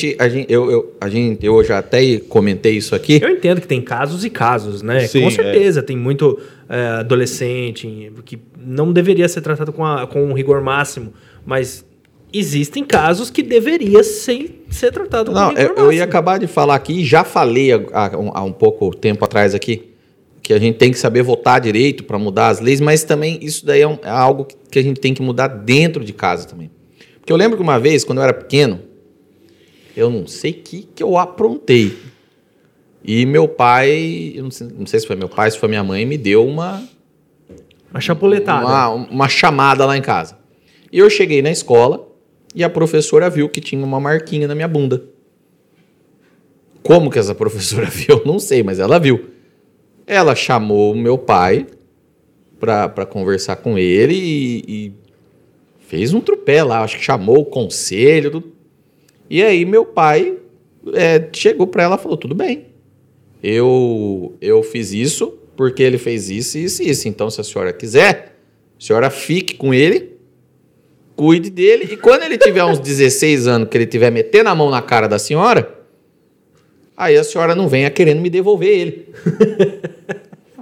Eu já até comentei isso aqui. Eu entendo que tem casos e casos, né? Sim, com certeza, tem muito adolescente que não deveria ser tratado com um rigor máximo, mas existem casos que deveria ser tratado com rigor máximo. Eu ia acabar de falar aqui, já falei há um pouco tempo atrás aqui, que a gente tem que saber votar direito para mudar as leis, mas também isso daí é algo que a gente tem que mudar dentro de casa também. Porque eu lembro que uma vez, quando eu era pequeno, eu não sei o que eu aprontei. E meu pai, eu não sei se foi meu pai, se foi minha mãe, me deu uma chapuletada. Uma chamada lá em casa. E eu cheguei na escola e a professora viu que tinha uma marquinha na minha bunda. Como que essa professora viu? Eu não sei, mas ela viu. Ela chamou o meu pai para conversar com ele e fez um tropé lá, acho que chamou o conselho. Tudo. E aí meu pai chegou para ela e falou, tudo bem, eu fiz isso porque ele fez isso, isso e isso. Então, se a senhora quiser, a senhora fique com ele, cuide dele, e quando ele tiver uns 16 anos, que ele tiver metendo a mão na cara da senhora, aí a senhora não venha querendo me devolver ele.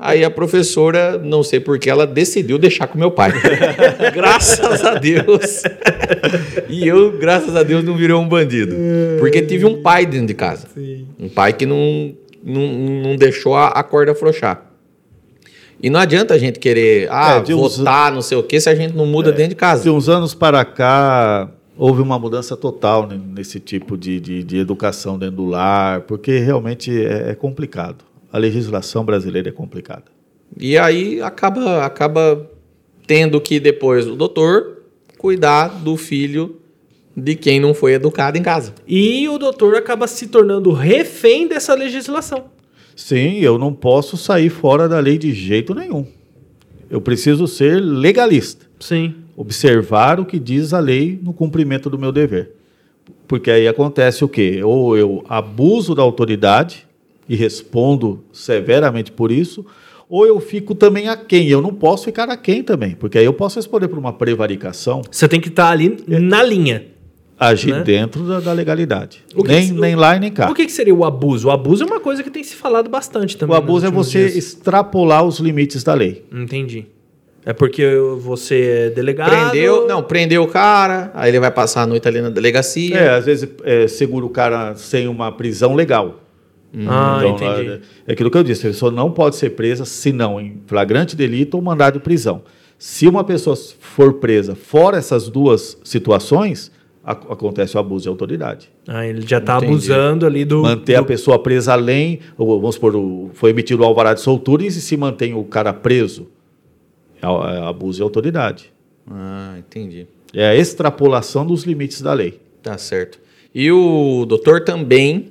Aí a professora, não sei por que, ela decidiu deixar com meu pai. Graças a Deus. E eu, graças a Deus, não virei um bandido. Porque tive um pai dentro de casa. Sim. Um pai que não deixou a corda afrouxar. E não adianta a gente querer votar, não sei o quê, se a gente não muda dentro de casa. De uns anos para cá, houve uma mudança total, né, nesse tipo de educação dentro do lar, porque realmente é complicado. A legislação brasileira é complicada. E aí acaba tendo que depois o doutor cuidar do filho de quem não foi educado em casa. E o doutor acaba se tornando refém dessa legislação. Sim, eu não posso sair fora da lei de jeito nenhum. Eu preciso ser legalista. Sim. Observar o que diz a lei no cumprimento do meu dever. Porque aí acontece o quê? Ou eu abuso da autoridade e respondo severamente por isso, ou eu fico também aquém. Eu não posso ficar aquém também, porque aí eu posso responder por uma prevaricação. Você tem que estar ali na linha. Agir, né? Dentro da legalidade. Nem lá e nem cá. O que seria o abuso? O abuso é uma coisa que tem se falado bastante também. O abuso é você extrapolar os limites da lei. Entendi. É porque você é delegado... Prendeu o cara, aí ele vai passar a noite ali na delegacia. Às vezes segura o cara sem uma prisão legal. Entendi. É aquilo que eu disse, a pessoa não pode ser presa senão em flagrante delito ou mandado de prisão. Se uma pessoa for presa fora essas duas situações, acontece o abuso de autoridade. Ele já está abusando ali do... Manter a pessoa presa além, vamos supor, foi emitido o alvará de soltura e se mantém o cara preso, é abuso de autoridade. Entendi. É a extrapolação dos limites da lei. Tá certo. E o doutor também,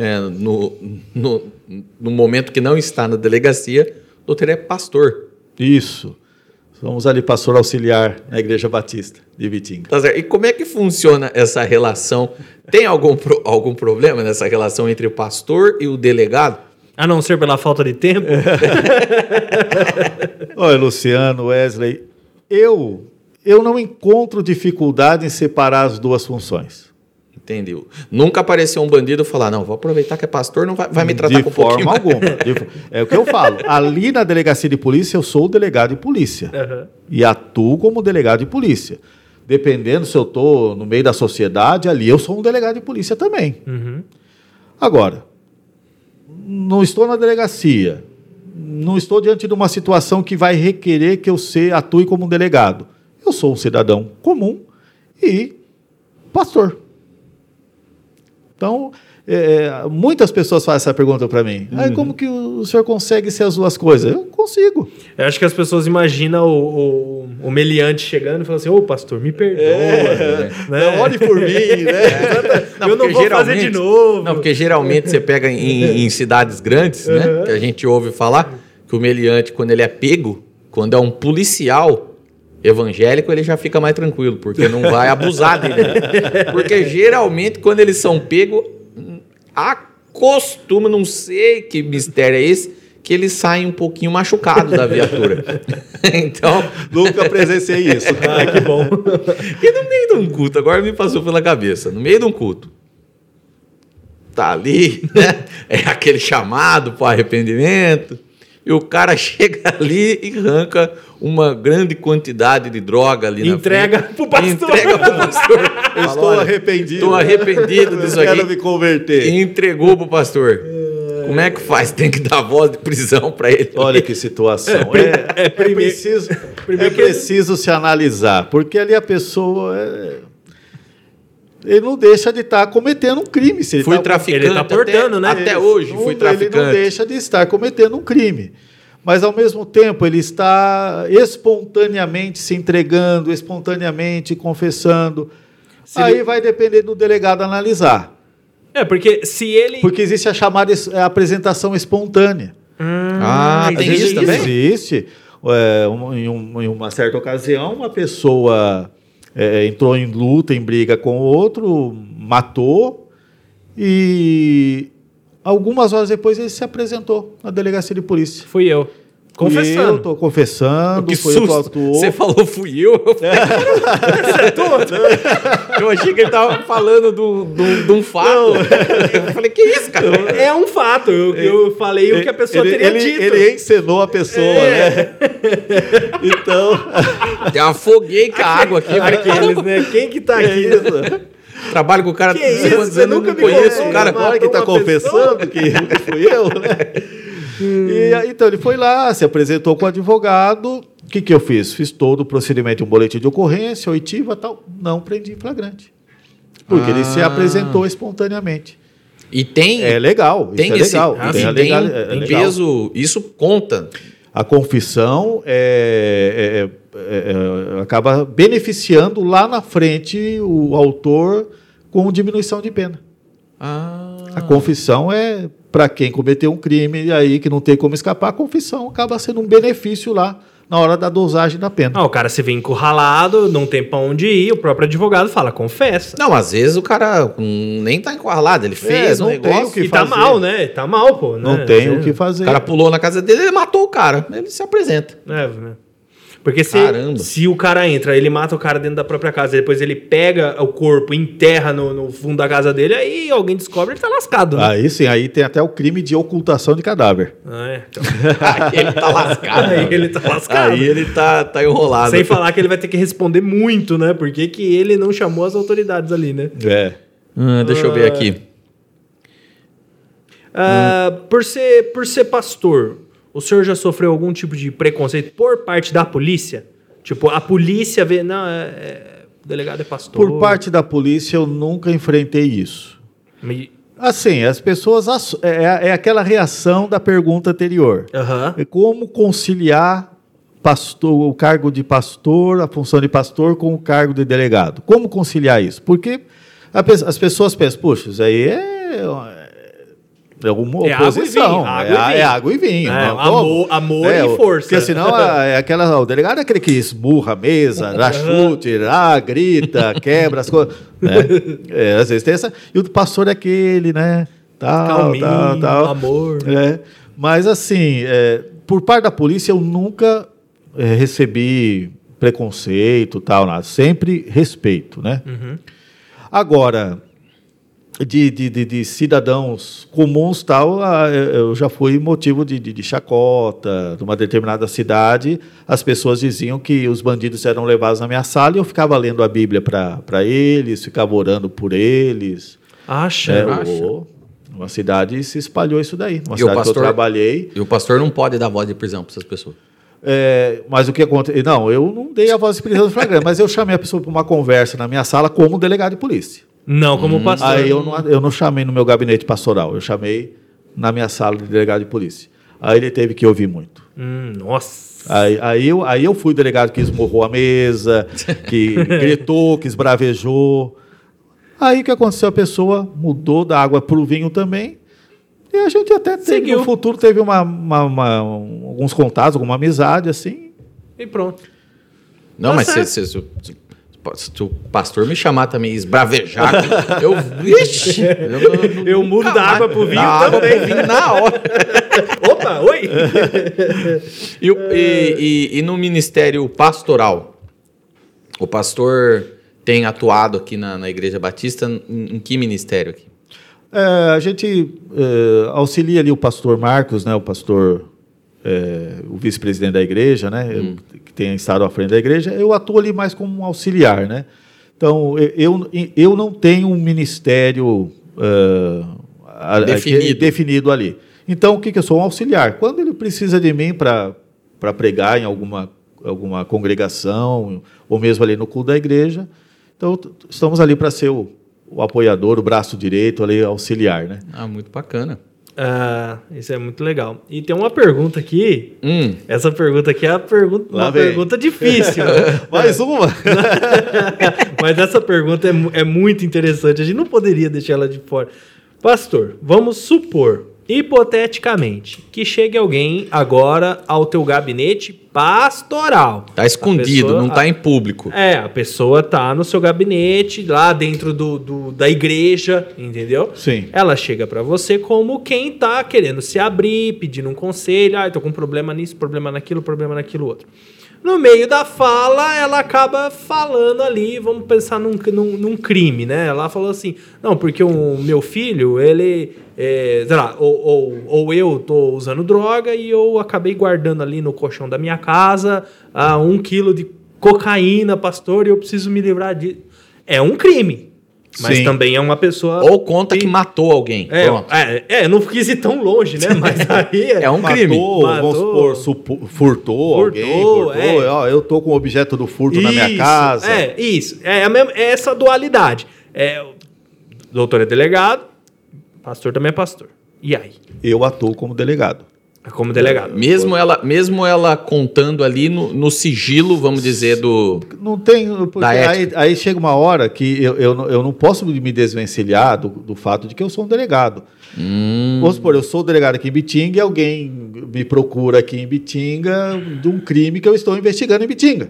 no momento que não está na delegacia, o doutor é pastor. Isso. Somos ali pastor auxiliar na Igreja Batista de Vitinga. Tá certo. E como é que funciona essa relação? Tem algum problema nessa relação entre o pastor e o delegado? A não ser pela falta de tempo? Olha, Luciano, Wesley, eu não encontro dificuldade em separar as duas funções. Entendi. Nunca apareceu um bandido falar, não, vou aproveitar que é pastor, não vai me tratar com um pouquinho. De forma alguma. É o que eu falo. Ali na delegacia de polícia, eu sou o delegado de polícia. Uhum. E atuo como delegado de polícia. Dependendo se eu estou no meio da sociedade, ali eu sou um delegado de polícia também. Uhum. Agora, não estou na delegacia, não estou diante de uma situação que vai requerer que eu atue como um delegado. Eu sou um cidadão comum e pastor. Então, muitas pessoas fazem essa pergunta para mim. Como que o senhor consegue ser as duas coisas? Eu consigo. Eu acho que as pessoas imaginam o meliante chegando e falando assim, ô pastor, me perdoa. Né? Ore por mim, né? Eu não vou fazer de novo. Não, porque geralmente você pega em cidades grandes, né? Que a gente ouve falar que o meliante, quando ele é pego, quando é um policial evangélico, ele já fica mais tranquilo, porque não vai abusar dele. Porque geralmente, quando eles são pegos, acostuma, não sei que mistério é esse, que eles saem um pouquinho machucados da viatura. Então... Nunca presenciei isso. Que bom. E no meio de um culto, agora me passou pela cabeça, no meio de um culto, tá ali, né? É aquele chamado para arrependimento, e o cara chega ali e arranca uma grande quantidade de droga ali na frente. Entrega pro pastor. Eu estou arrependido. Estou arrependido disso aqui. Quero me converter. E entregou pro pastor. Como é que faz? Tem que dar voz de prisão para ele. Olha que situação. É preciso se analisar, porque ali a pessoa... Ele não deixa de estar cometendo um crime. Se ele fui traficante. Ele está portando, né? Até hoje fui traficante. Ele não deixa de estar cometendo um crime. Mas, ao mesmo tempo, ele está espontaneamente se entregando, espontaneamente confessando. Aí vai depender do delegado analisar. Porque se ele... Porque existe a chamada apresentação espontânea. Tem isso também? Existe. Em uma certa ocasião, uma pessoa... entrou em luta, em briga com o outro, matou e algumas horas depois ele se apresentou na delegacia de polícia. Fui eu. Confessando. Eu tô confessando, Que foi eu que susto. atuou. Você falou fui eu. Eu achei que ele tava falando de um fato. Eu falei, que isso, cara? É um fato. Eu falei o que a pessoa teria dito. Ele encenou a pessoa, né? Então... Eu afoguei com a água aqui. Aqueles, né? Quem que tá aqui? Trabalho com o cara. Que isso? Você nunca não me conheço contou, o cara. Agora que tá confessando que fui eu, né? E aí, então ele foi lá, se apresentou com o advogado. O que eu fiz? Fiz todo o procedimento de um boletim de ocorrência, oitiva e tal. Não prendi em flagrante. Porque ele se apresentou espontaneamente. E tem... É legal, tem isso esse, é legal. tem peso, isso conta. A confissão acaba beneficiando lá na frente o autor com diminuição de pena. A confissão é para quem cometeu um crime aí que não tem como escapar, a confissão acaba sendo um benefício lá na hora da dosagem da pena. O cara se vê encurralado, não tem pra onde ir, o próprio advogado fala, confessa. Não, às vezes o cara nem tá encurralado, ele fez um não tem negócio o que E tá fazer. mal, né? Tá mal, pô. Não né? tem o que fazer. O cara pulou na casa dele, ele matou o cara. Ele se apresenta. Né? Porque Caramba. se o cara entra, ele mata o cara dentro da própria casa, depois ele pega o corpo e enterra no fundo da casa dele, aí alguém descobre, ele tá lascado, né? Aí sim, aí tem até o crime de ocultação de cadáver. Então. Aí ele tá lascado. Aí ele tá lascado. Aí ele tá enrolado. Sem falar que ele vai ter que responder muito, né? Porque que ele não chamou as autoridades ali, né? Deixa eu ver aqui. Por ser pastor, o senhor já sofreu algum tipo de preconceito por parte da polícia? Tipo, a polícia vê... Não, o delegado é pastor. Por parte da polícia, eu nunca enfrentei isso. Assim, as pessoas... É aquela reação da pergunta anterior. Uhum. Como conciliar o cargo de pastor, a função de pastor, com o cargo de delegado? Como conciliar isso? Porque as pessoas pensam, puxa, isso aí é uma oposição. É água e vinho. Amor e força. Porque senão o delegado é aquele que esmurra a mesa, dá chute, grita, quebra as coisas. Né? Às vezes tem essa. E o pastor é aquele, né? Calminho, tal. amor. Mas assim, por parte da polícia eu nunca recebi preconceito, tal, nada. Sempre respeito, né? Uhum. Agora, de cidadãos comuns, tal, eu já fui motivo de chacota. De uma determinada cidade, as pessoas diziam que os bandidos eram levados na minha sala e eu ficava lendo a Bíblia para eles, ficava orando por eles. Acha. Uma cidade se espalhou isso daí. Uma E cidade o pastor, que eu trabalhei. E o pastor não pode dar voz de prisão para essas pessoas. Mas o que aconteceu? Não, eu não dei a voz de prisão no flagrante, mas eu chamei a pessoa para uma conversa na minha sala como delegado de polícia. Não, como pastor. Aí eu não chamei no meu gabinete pastoral, eu chamei na minha sala de delegado de polícia. Aí ele teve que ouvir muito. Nossa. Aí eu fui o delegado que esmurrou a mesa, que gritou, que esbravejou. Aí o que aconteceu? A pessoa mudou da água para o vinho também. E a gente até teve, no futuro teve alguns contatos, alguma amizade assim. E pronto. Não, mas se o pastor me chamar também esbravejar, eu mudo da água pro vinho também. Na hora. Opa, oi! E no ministério pastoral, o pastor tem atuado aqui na Igreja Batista em que ministério aqui? A gente auxilia ali o pastor Marcos, né, o pastor, o vice-presidente da igreja, né, que tem estado à frente da igreja. Eu atuo ali mais como um auxiliar, né? Então, eu não tenho um ministério definido ali. Então, o que eu sou? Um auxiliar. Quando ele precisa de mim para pregar em alguma congregação, ou mesmo ali no culto da igreja, então estamos ali para ser o apoiador, o braço direito, ali, auxiliar, né? Muito bacana. Isso é muito legal. E tem uma pergunta aqui. Essa pergunta aqui é uma pergunta difícil. Mais uma? Mas essa pergunta é muito interessante. A gente não poderia deixar ela de fora. Pastor, vamos supor, hipoteticamente, que chegue alguém agora ao teu gabinete pastoral. Tá escondido, não tá em público. A pessoa tá no seu gabinete, lá dentro da igreja, entendeu? Sim. Ela chega pra você como quem tá querendo se abrir, pedindo um conselho. Eu tô com um problema nisso, problema naquilo outro. No meio da fala, ela acaba falando ali, vamos pensar num crime, né? Ela falou assim, não, porque o meu filho, ele, sei lá, ou eu tô usando droga e eu acabei guardando ali no colchão da minha casa 1 quilo de cocaína, pastor, e eu preciso me livrar disso. É um crime. Mas Sim. também é uma pessoa... Ou conta que matou alguém. Eu não quis ir tão longe, né? Mas aí... É um crime. Vamos supor, furtou alguém. Ó, eu tô com o objeto do furto na minha casa. Isso. É essa dualidade. O doutor é delegado, pastor também é pastor. E aí? Eu atuo como delegado. Como delegado. Mesmo ela contando ali no sigilo, vamos dizer, Não tem... Porque da aí chega uma hora que eu não posso me desvencilhar do fato de que eu sou um delegado. Vamos supor, eu sou delegado aqui em Bitinga e alguém me procura aqui em Bitinga de um crime que eu estou investigando em Bitinga.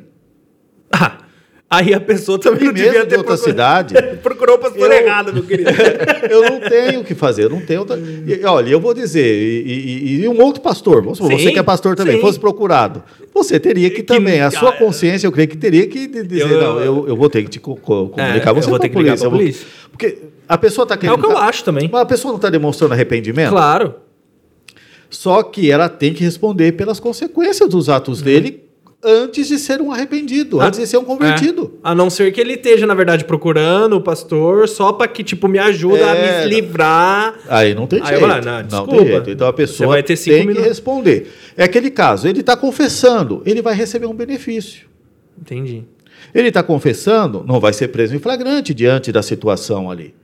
Aí a pessoa também não devia ter outra cidade. Procurou o pastor errado, meu querido. Eu não tenho o que fazer, eu não tenho outra... Olha, eu vou dizer, e um outro pastor, vamos supor, você que é pastor também, fosse procurado, você teria que também, a sua consciência, eu creio que teria que dizer, eu vou ter que te comunicar, você vou ter que ligar pra polícia. Porque a pessoa está querendo... É o que eu acho também. Mas a pessoa não está demonstrando arrependimento? Claro. Só que ela tem que responder pelas consequências dos atos dele, antes de ser um arrependido, antes de ser um convertido. A não ser que ele esteja, na verdade, procurando o pastor só para que, me ajuda a me livrar. Aí não tem jeito. Não tem jeito. Então a pessoa vai ter tem que responder. É aquele caso, ele está confessando, ele vai receber um benefício. Entendi. Ele está confessando, não vai ser preso em flagrante diante da situação ali.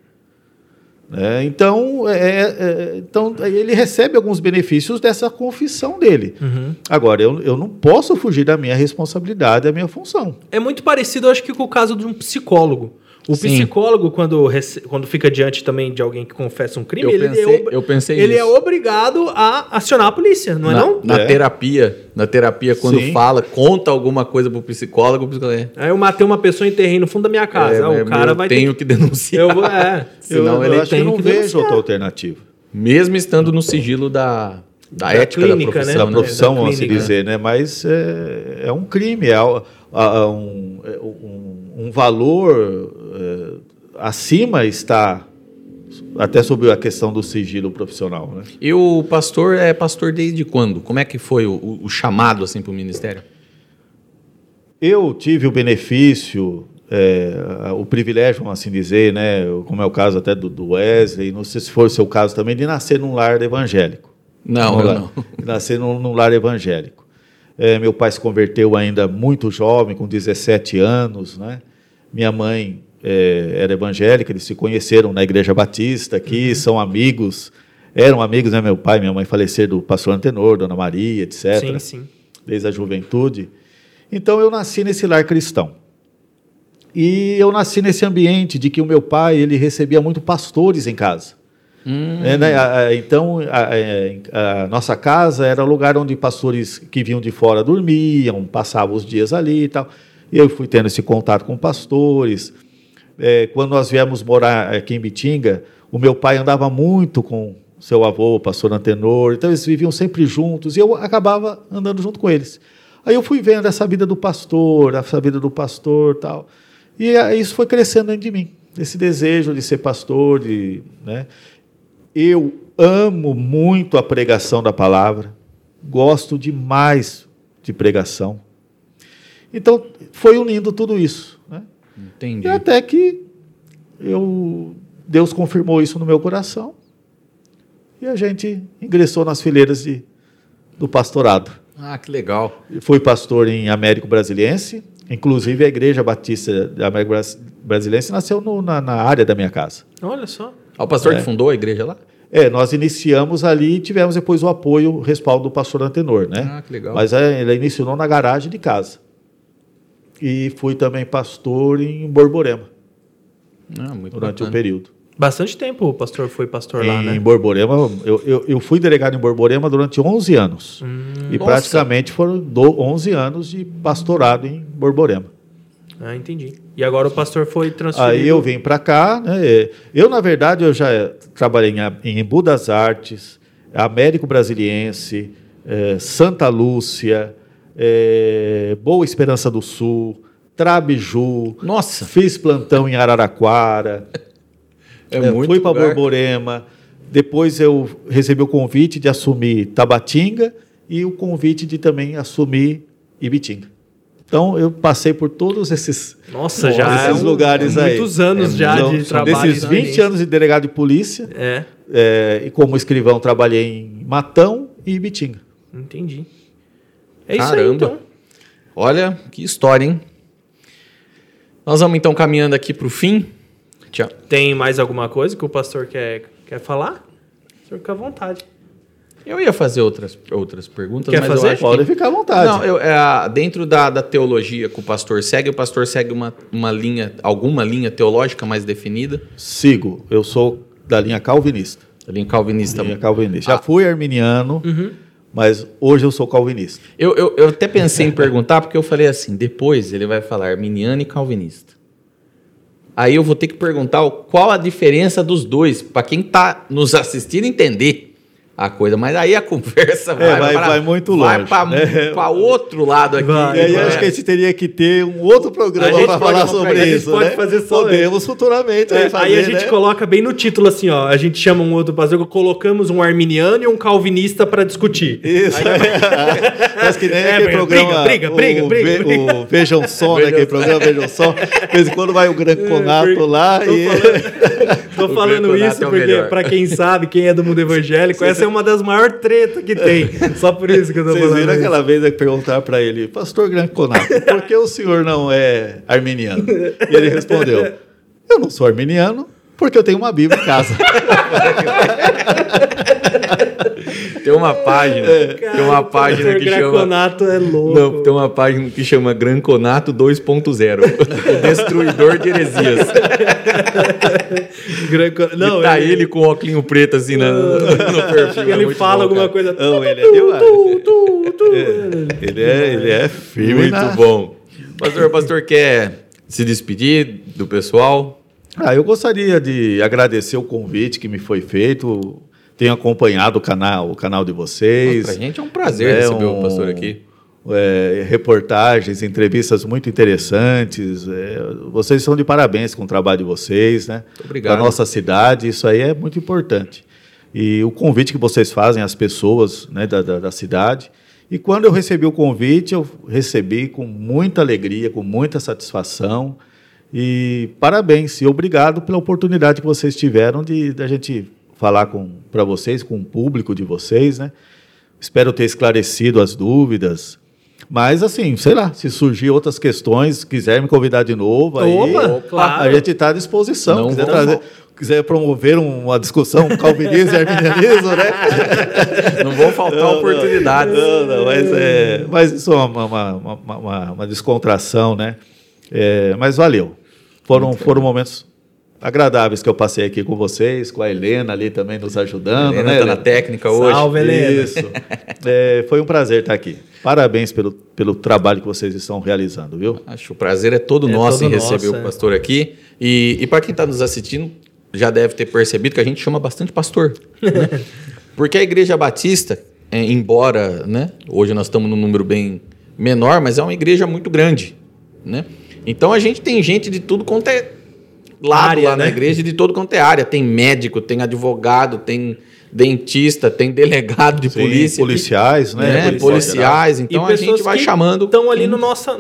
Então ele recebe alguns benefícios dessa confissão dele. Agora, eu não posso fugir da minha responsabilidade, da minha função. É muito parecido, acho que, com o caso de um psicólogo. O psicólogo, quando fica diante também de alguém que confessa um crime, ele é obrigado a acionar a polícia, não é não? Na terapia, quando conta alguma coisa pro psicólogo, o psicólogo eu matei uma pessoa e enterrei no fundo da minha casa. O cara vai tenho que denunciar. Senão ele tem que não vejo outra alternativa. Mesmo estando no sigilo da ética clínica, da profissão. Da profissão, vamos se dizer, né? Mas é um crime, um valor acima está até sobre a questão do sigilo profissional. Né? E o pastor é pastor desde quando? Como é que foi o chamado assim, para o ministério? Eu tive o benefício, o privilégio, vamos assim dizer, né? Como é o caso até do Wesley, não sei se for o seu caso também, de nascer num lar evangélico. Não. Nascer num lar evangélico. Meu pai se converteu ainda muito jovem, com 17 anos, né? Minha mãe era evangélica, eles se conheceram na Igreja Batista aqui, eram amigos, né? Meu pai e minha mãe faleceram do pastor Antenor, Dona Maria, etc. Sim. Desde a juventude. Então, eu nasci nesse lar cristão. E eu nasci nesse ambiente de que o meu pai ele recebia muito pastores em casa. Então, a nossa casa era o lugar onde pastores que vinham de fora dormiam, passavam os dias ali e tal. E eu fui tendo esse contato com pastores. Quando nós viemos morar aqui em Bitinga, o meu pai andava muito com seu avô, o pastor Antenor, então eles viviam sempre juntos e eu acabava andando junto com eles. Aí eu fui vendo essa vida do pastor tal. E isso foi crescendo dentro de mim, esse desejo de ser pastor, né? Eu amo muito a pregação da palavra, gosto demais de pregação. Então, foi unindo tudo isso. Né? Entendi. E até que Deus confirmou isso no meu coração e a gente ingressou nas fileiras do pastorado. Ah, que legal. Fui pastor em Américo Brasiliense, inclusive a Igreja Batista de Américo Brasiliense nasceu na área da minha casa. Olha só. O pastor que fundou a igreja lá? Nós iniciamos ali e tivemos depois o apoio, o respaldo do pastor Antenor, né? Ah, que legal. Mas ele iniciou na garagem de casa. E fui também pastor em Borborema. Muito durante bacana. um período. Bastante tempo o pastor foi pastor lá, né? Em Borborema, eu fui delegado em Borborema durante 11 anos. E Nossa. praticamente foram 11 anos de pastorado em Borborema. Ah, entendi. E agora o pastor foi transferido. Aí eu vim para cá, né? Eu, na verdade, eu já trabalhei em Embu das Artes, Américo Brasiliense, Santa Lúcia, Boa Esperança do Sul, Trabiju. Nossa. Fiz plantão em Araraquara. Fui para Borborema. Depois eu recebi o convite de assumir Tabatinga e o convite de também assumir Ibitinga. Então, eu passei por todos esses lugares aí. Muitos anos já de trabalho. Desses 20 anos de delegado de polícia. E como escrivão, trabalhei em Matão e Ibitinga. Entendi. É isso Caramba. aí, então. Olha, que história, hein? Nós vamos, então, caminhando aqui para o fim. Tchau. Tem mais alguma coisa que o pastor quer falar? O senhor fica à vontade. Eu ia fazer outras perguntas, Quer mas fazer? eu acho Pode ficar à vontade. Não, dentro da teologia que o pastor segue alguma linha teológica mais definida? Sigo. Eu sou da linha calvinista. Da linha calvinista. Já fui arminiano, mas hoje eu sou calvinista. Eu até pensei em perguntar, porque eu falei assim, depois ele vai falar arminiano e calvinista. Aí eu vou ter que perguntar qual a diferença dos dois, para quem está nos assistindo entender a coisa. Mas aí a conversa vai muito longe. Vai para outro lado aqui. E aí acho que a gente teria que ter um outro programa para falar sobre isso. A gente pode fazer só. Podemos futuramente. Aí a gente coloca bem no título assim, ó. A gente chama um outro pastor, colocamos um arminiano e um calvinista para discutir. Isso. Mas que nem aquele programa. Briga. O Vejam Só, né? Aquele programa Vejam Só. De vez em quando vai o Granconato lá Tô falando isso porque, para quem sabe, quem é do mundo evangélico, essa é uma das maiores tretas que tem. Só por isso que eu tô falando. Vocês viram aquela vez que perguntaram para ele, pastor Granconato, por que o senhor não é arminiano? E ele respondeu, eu não sou arminiano porque eu tenho uma Bíblia em casa. Tem uma página, que chama... Granconato é louco. Não, tem uma página que chama Granconato 2.0, o destruidor de heresias. Não, e tá ele com o óculos preto assim no perfil. Ele fala alguma coisa. Não, ele é demais. Ele é firme. Muito bom. Pastor quer se despedir do pessoal? Eu gostaria de agradecer o convite que me foi feito. Tenho acompanhado o canal de vocês. Pra gente é um prazer receber o pastor aqui. Reportagens, entrevistas muito interessantes. Vocês são de parabéns com o trabalho de vocês, né? Muito obrigado. Da nossa cidade, isso aí é muito importante. E o convite que vocês fazem às pessoas, né, da cidade. E quando eu recebi o convite, eu recebi com muita alegria, com muita satisfação. E parabéns e obrigado pela oportunidade que vocês tiveram de a gente falar para vocês, com o público de vocês, né? Espero ter esclarecido as dúvidas. Mas, assim, sei lá, se surgir outras questões, quiser me convidar de novo, claro. A gente está à disposição. Quiser promover uma discussão calvinismo e arminianismo, né? Não vão faltar oportunidades. Mas isso é uma descontração, né? Mas valeu. Foram momentos agradáveis que eu passei aqui com vocês, com a Helena ali também nos ajudando. Helena está na técnica hoje. Salve, Helena. Isso. Foi um prazer estar aqui. Parabéns pelo trabalho que vocês estão realizando, viu? Acho que o prazer é todo nosso em receber o pastor aqui. E para quem está nos assistindo, já deve ter percebido que a gente chama bastante pastor. Né? Porque a Igreja Batista, embora, né, hoje nós estamos num número bem menor, mas é uma igreja muito grande. Né? Então a gente tem gente de tudo quanto é lado área, lá na igreja, de todo quanto é área. Tem médico, tem advogado, tem dentista, tem delegado de polícia. Policiais, né? Policiais. Então a gente vai chamando. Estão ali no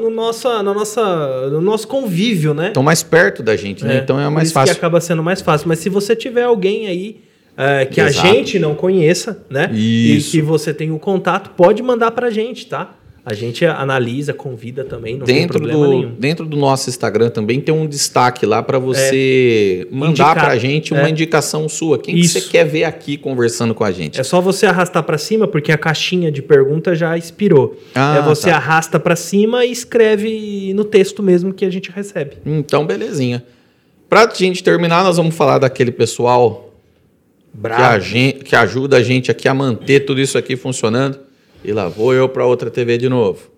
nosso convívio, né? Estão mais perto da gente, né? Então é mais fácil. Que acaba sendo mais fácil. Mas se você tiver alguém aí que a gente não conheça, né? Isso. E que você tem o contato, pode mandar pra gente, tá? A gente analisa, convida também, não tem problema nenhum. Dentro do nosso Instagram também tem um destaque lá para você mandar para a gente uma indicação sua. Quem que você quer ver aqui conversando com a gente? É só você arrastar para cima, porque a caixinha de pergunta já expirou. Você arrasta para cima e escreve no texto mesmo que a gente recebe. Então, belezinha. Pra gente terminar, nós vamos falar daquele pessoal que ajuda a gente aqui a manter tudo isso aqui funcionando. E lá vou eu para outra TV de novo.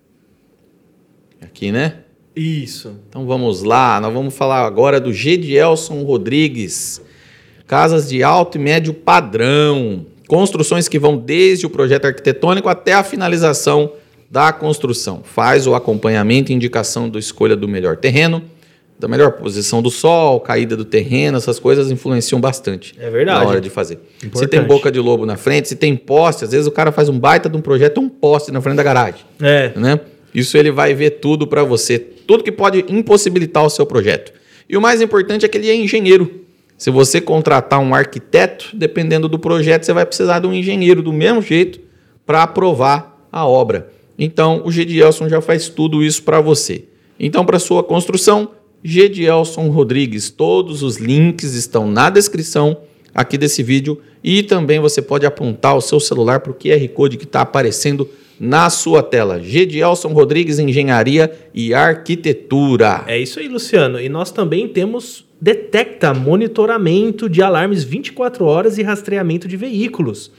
Aqui, né? Isso. Então vamos lá, nós vamos falar agora do Gedielson Rodrigues. Casas de alto e médio padrão. Construções que vão desde o projeto arquitetônico até a finalização da construção. Faz o acompanhamento e indicação da escolha do melhor terreno, da melhor posição do sol, caída do terreno, essas coisas influenciam bastante. É verdade. Na hora de fazer. Importante. Se tem boca de lobo na frente, se tem poste, às vezes o cara faz um baita de um projeto, um poste na frente da garagem. Né? Isso ele vai ver tudo para você, tudo que pode impossibilitar o seu projeto. E o mais importante é que ele é engenheiro. Se você contratar um arquiteto, dependendo do projeto, você vai precisar de um engenheiro do mesmo jeito para aprovar a obra. Então, o Gedielson já faz tudo isso para você. Então, para sua construção, Gedielson Rodrigues. Todos os links estão na descrição aqui desse vídeo e também você pode apontar o seu celular para o QR Code que está aparecendo na sua tela. Gedielson Rodrigues, Engenharia e Arquitetura. É isso aí, Luciano. E nós também temos Detecta, monitoramento de alarmes 24 horas e rastreamento de veículos.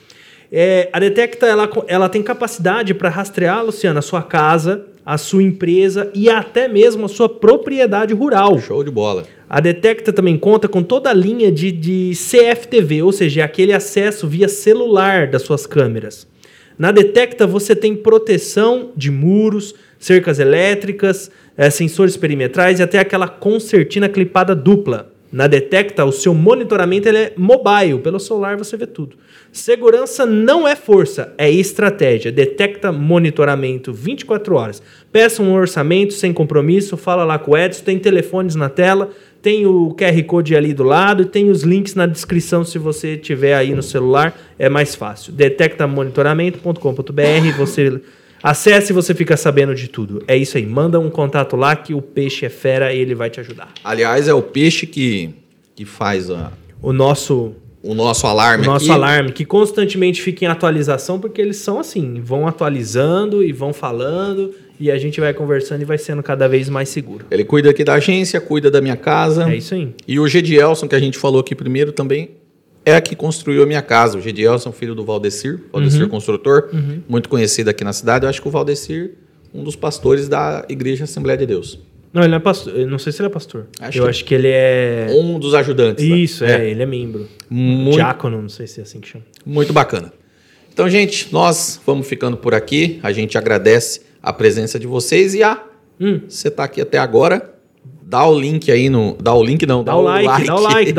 A Detecta ela tem capacidade para rastrear, Luciano, a sua casa, a sua empresa e até mesmo a sua propriedade rural. Show de bola. A Detecta também conta com toda a linha de CFTV, ou seja, aquele acesso via celular das suas câmeras. Na Detecta você tem proteção de muros, cercas elétricas, sensores perimetrais e até aquela concertina clipada dupla. Na Detecta, o seu monitoramento ele é mobile, pelo celular você vê tudo. Segurança não é força, é estratégia. Detecta monitoramento 24 horas. Peça um orçamento sem compromisso, fala lá com o Edson, tem telefones na tela, tem o QR Code ali do lado, tem os links na descrição se você tiver aí no celular, é mais fácil. detectamonitoramento.com.br, você acesse e você fica sabendo de tudo. É isso aí, manda um contato lá que o peixe é fera e ele vai te ajudar. Aliás, é o peixe que faz o nosso alarme. O nosso alarme, que constantemente fica em atualização, porque eles são assim, vão atualizando e vão falando, e a gente vai conversando e vai sendo cada vez mais seguro. Ele cuida aqui da agência, cuida da minha casa. É isso aí. E o Gedielson, que a gente falou aqui primeiro, também é a que construiu a minha casa. O Gedielson, filho do Valdecir Construtor, muito conhecido aqui na cidade. Eu acho que o Valdecir, um dos pastores da Igreja Assembleia de Deus. Não, ele não é pastor. Eu não sei se ele é pastor. Acho que ele é... um dos ajudantes. Isso, ele é membro. Diácono, não sei se é assim que chama. Muito bacana. Então, gente, nós vamos ficando por aqui. A gente agradece a presença de vocês e você está aqui até agora. Dá o link aí no... Dá o like. Dá o like.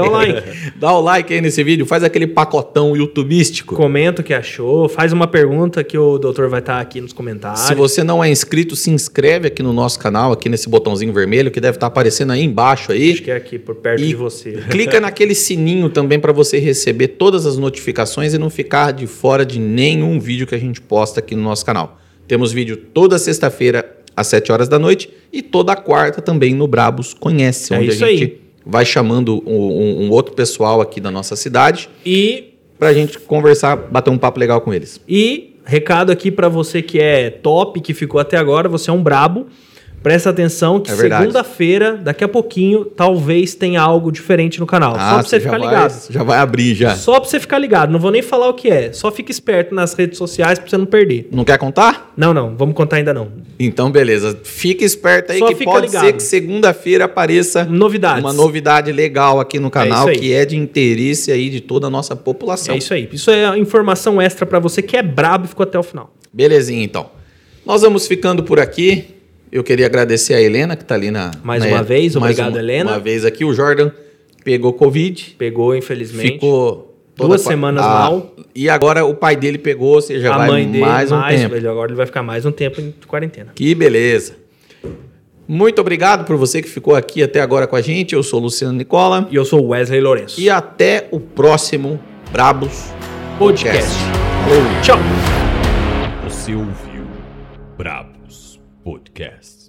Dá o like aí nesse vídeo. Faz aquele pacotão youtubístico. Comenta o que achou. Faz uma pergunta que o doutor vai estar aqui nos comentários. Se você não é inscrito, se inscreve aqui no nosso canal, aqui nesse botãozinho vermelho, que deve estar aparecendo aí embaixo. Aí. Acho que é aqui, por perto de você. Clica naquele sininho também para você receber todas as notificações e não ficar de fora de nenhum vídeo que a gente posta aqui no nosso canal. Temos vídeo toda sexta-feira às 7 horas da noite e toda quarta também no Brabos Conhece, onde a gente vai chamando um outro pessoal aqui da nossa cidade e pra gente conversar, bater um papo legal com eles. E recado aqui pra você que é top, que ficou até agora, você é um brabo. Presta atenção que segunda-feira, daqui a pouquinho, talvez tenha algo diferente no canal. Só pra você ficar ligado. Já vai abrir já. Só pra você ficar ligado. Não vou nem falar o que é. Só fica esperto nas redes sociais pra você não perder. Não quer contar? Não. Vamos contar ainda não. Então, beleza. Fica esperto aí só que pode ser que segunda-feira apareça uma novidade legal aqui no canal que é de interesse aí de toda a nossa população. É isso aí. Isso é informação extra pra você que é brabo e ficou até o final. Belezinha, então. Nós vamos ficando por aqui. Eu queria agradecer a Helena, que está ali mais uma vez, obrigado, Helena. Uma vez aqui, o Jordan pegou Covid. Pegou, infelizmente. Ficou 2 semanas mal. E agora o pai dele pegou, ou seja, vai mais um tempo. Agora ele vai ficar mais um tempo em quarentena. Que beleza. Muito obrigado por você que ficou aqui até agora com a gente. Eu sou o Luciano Nicola. E eu sou o Wesley Lourenço. E até o próximo Brabos Podcast. Tchau. Você ouviu Brabos Podcast.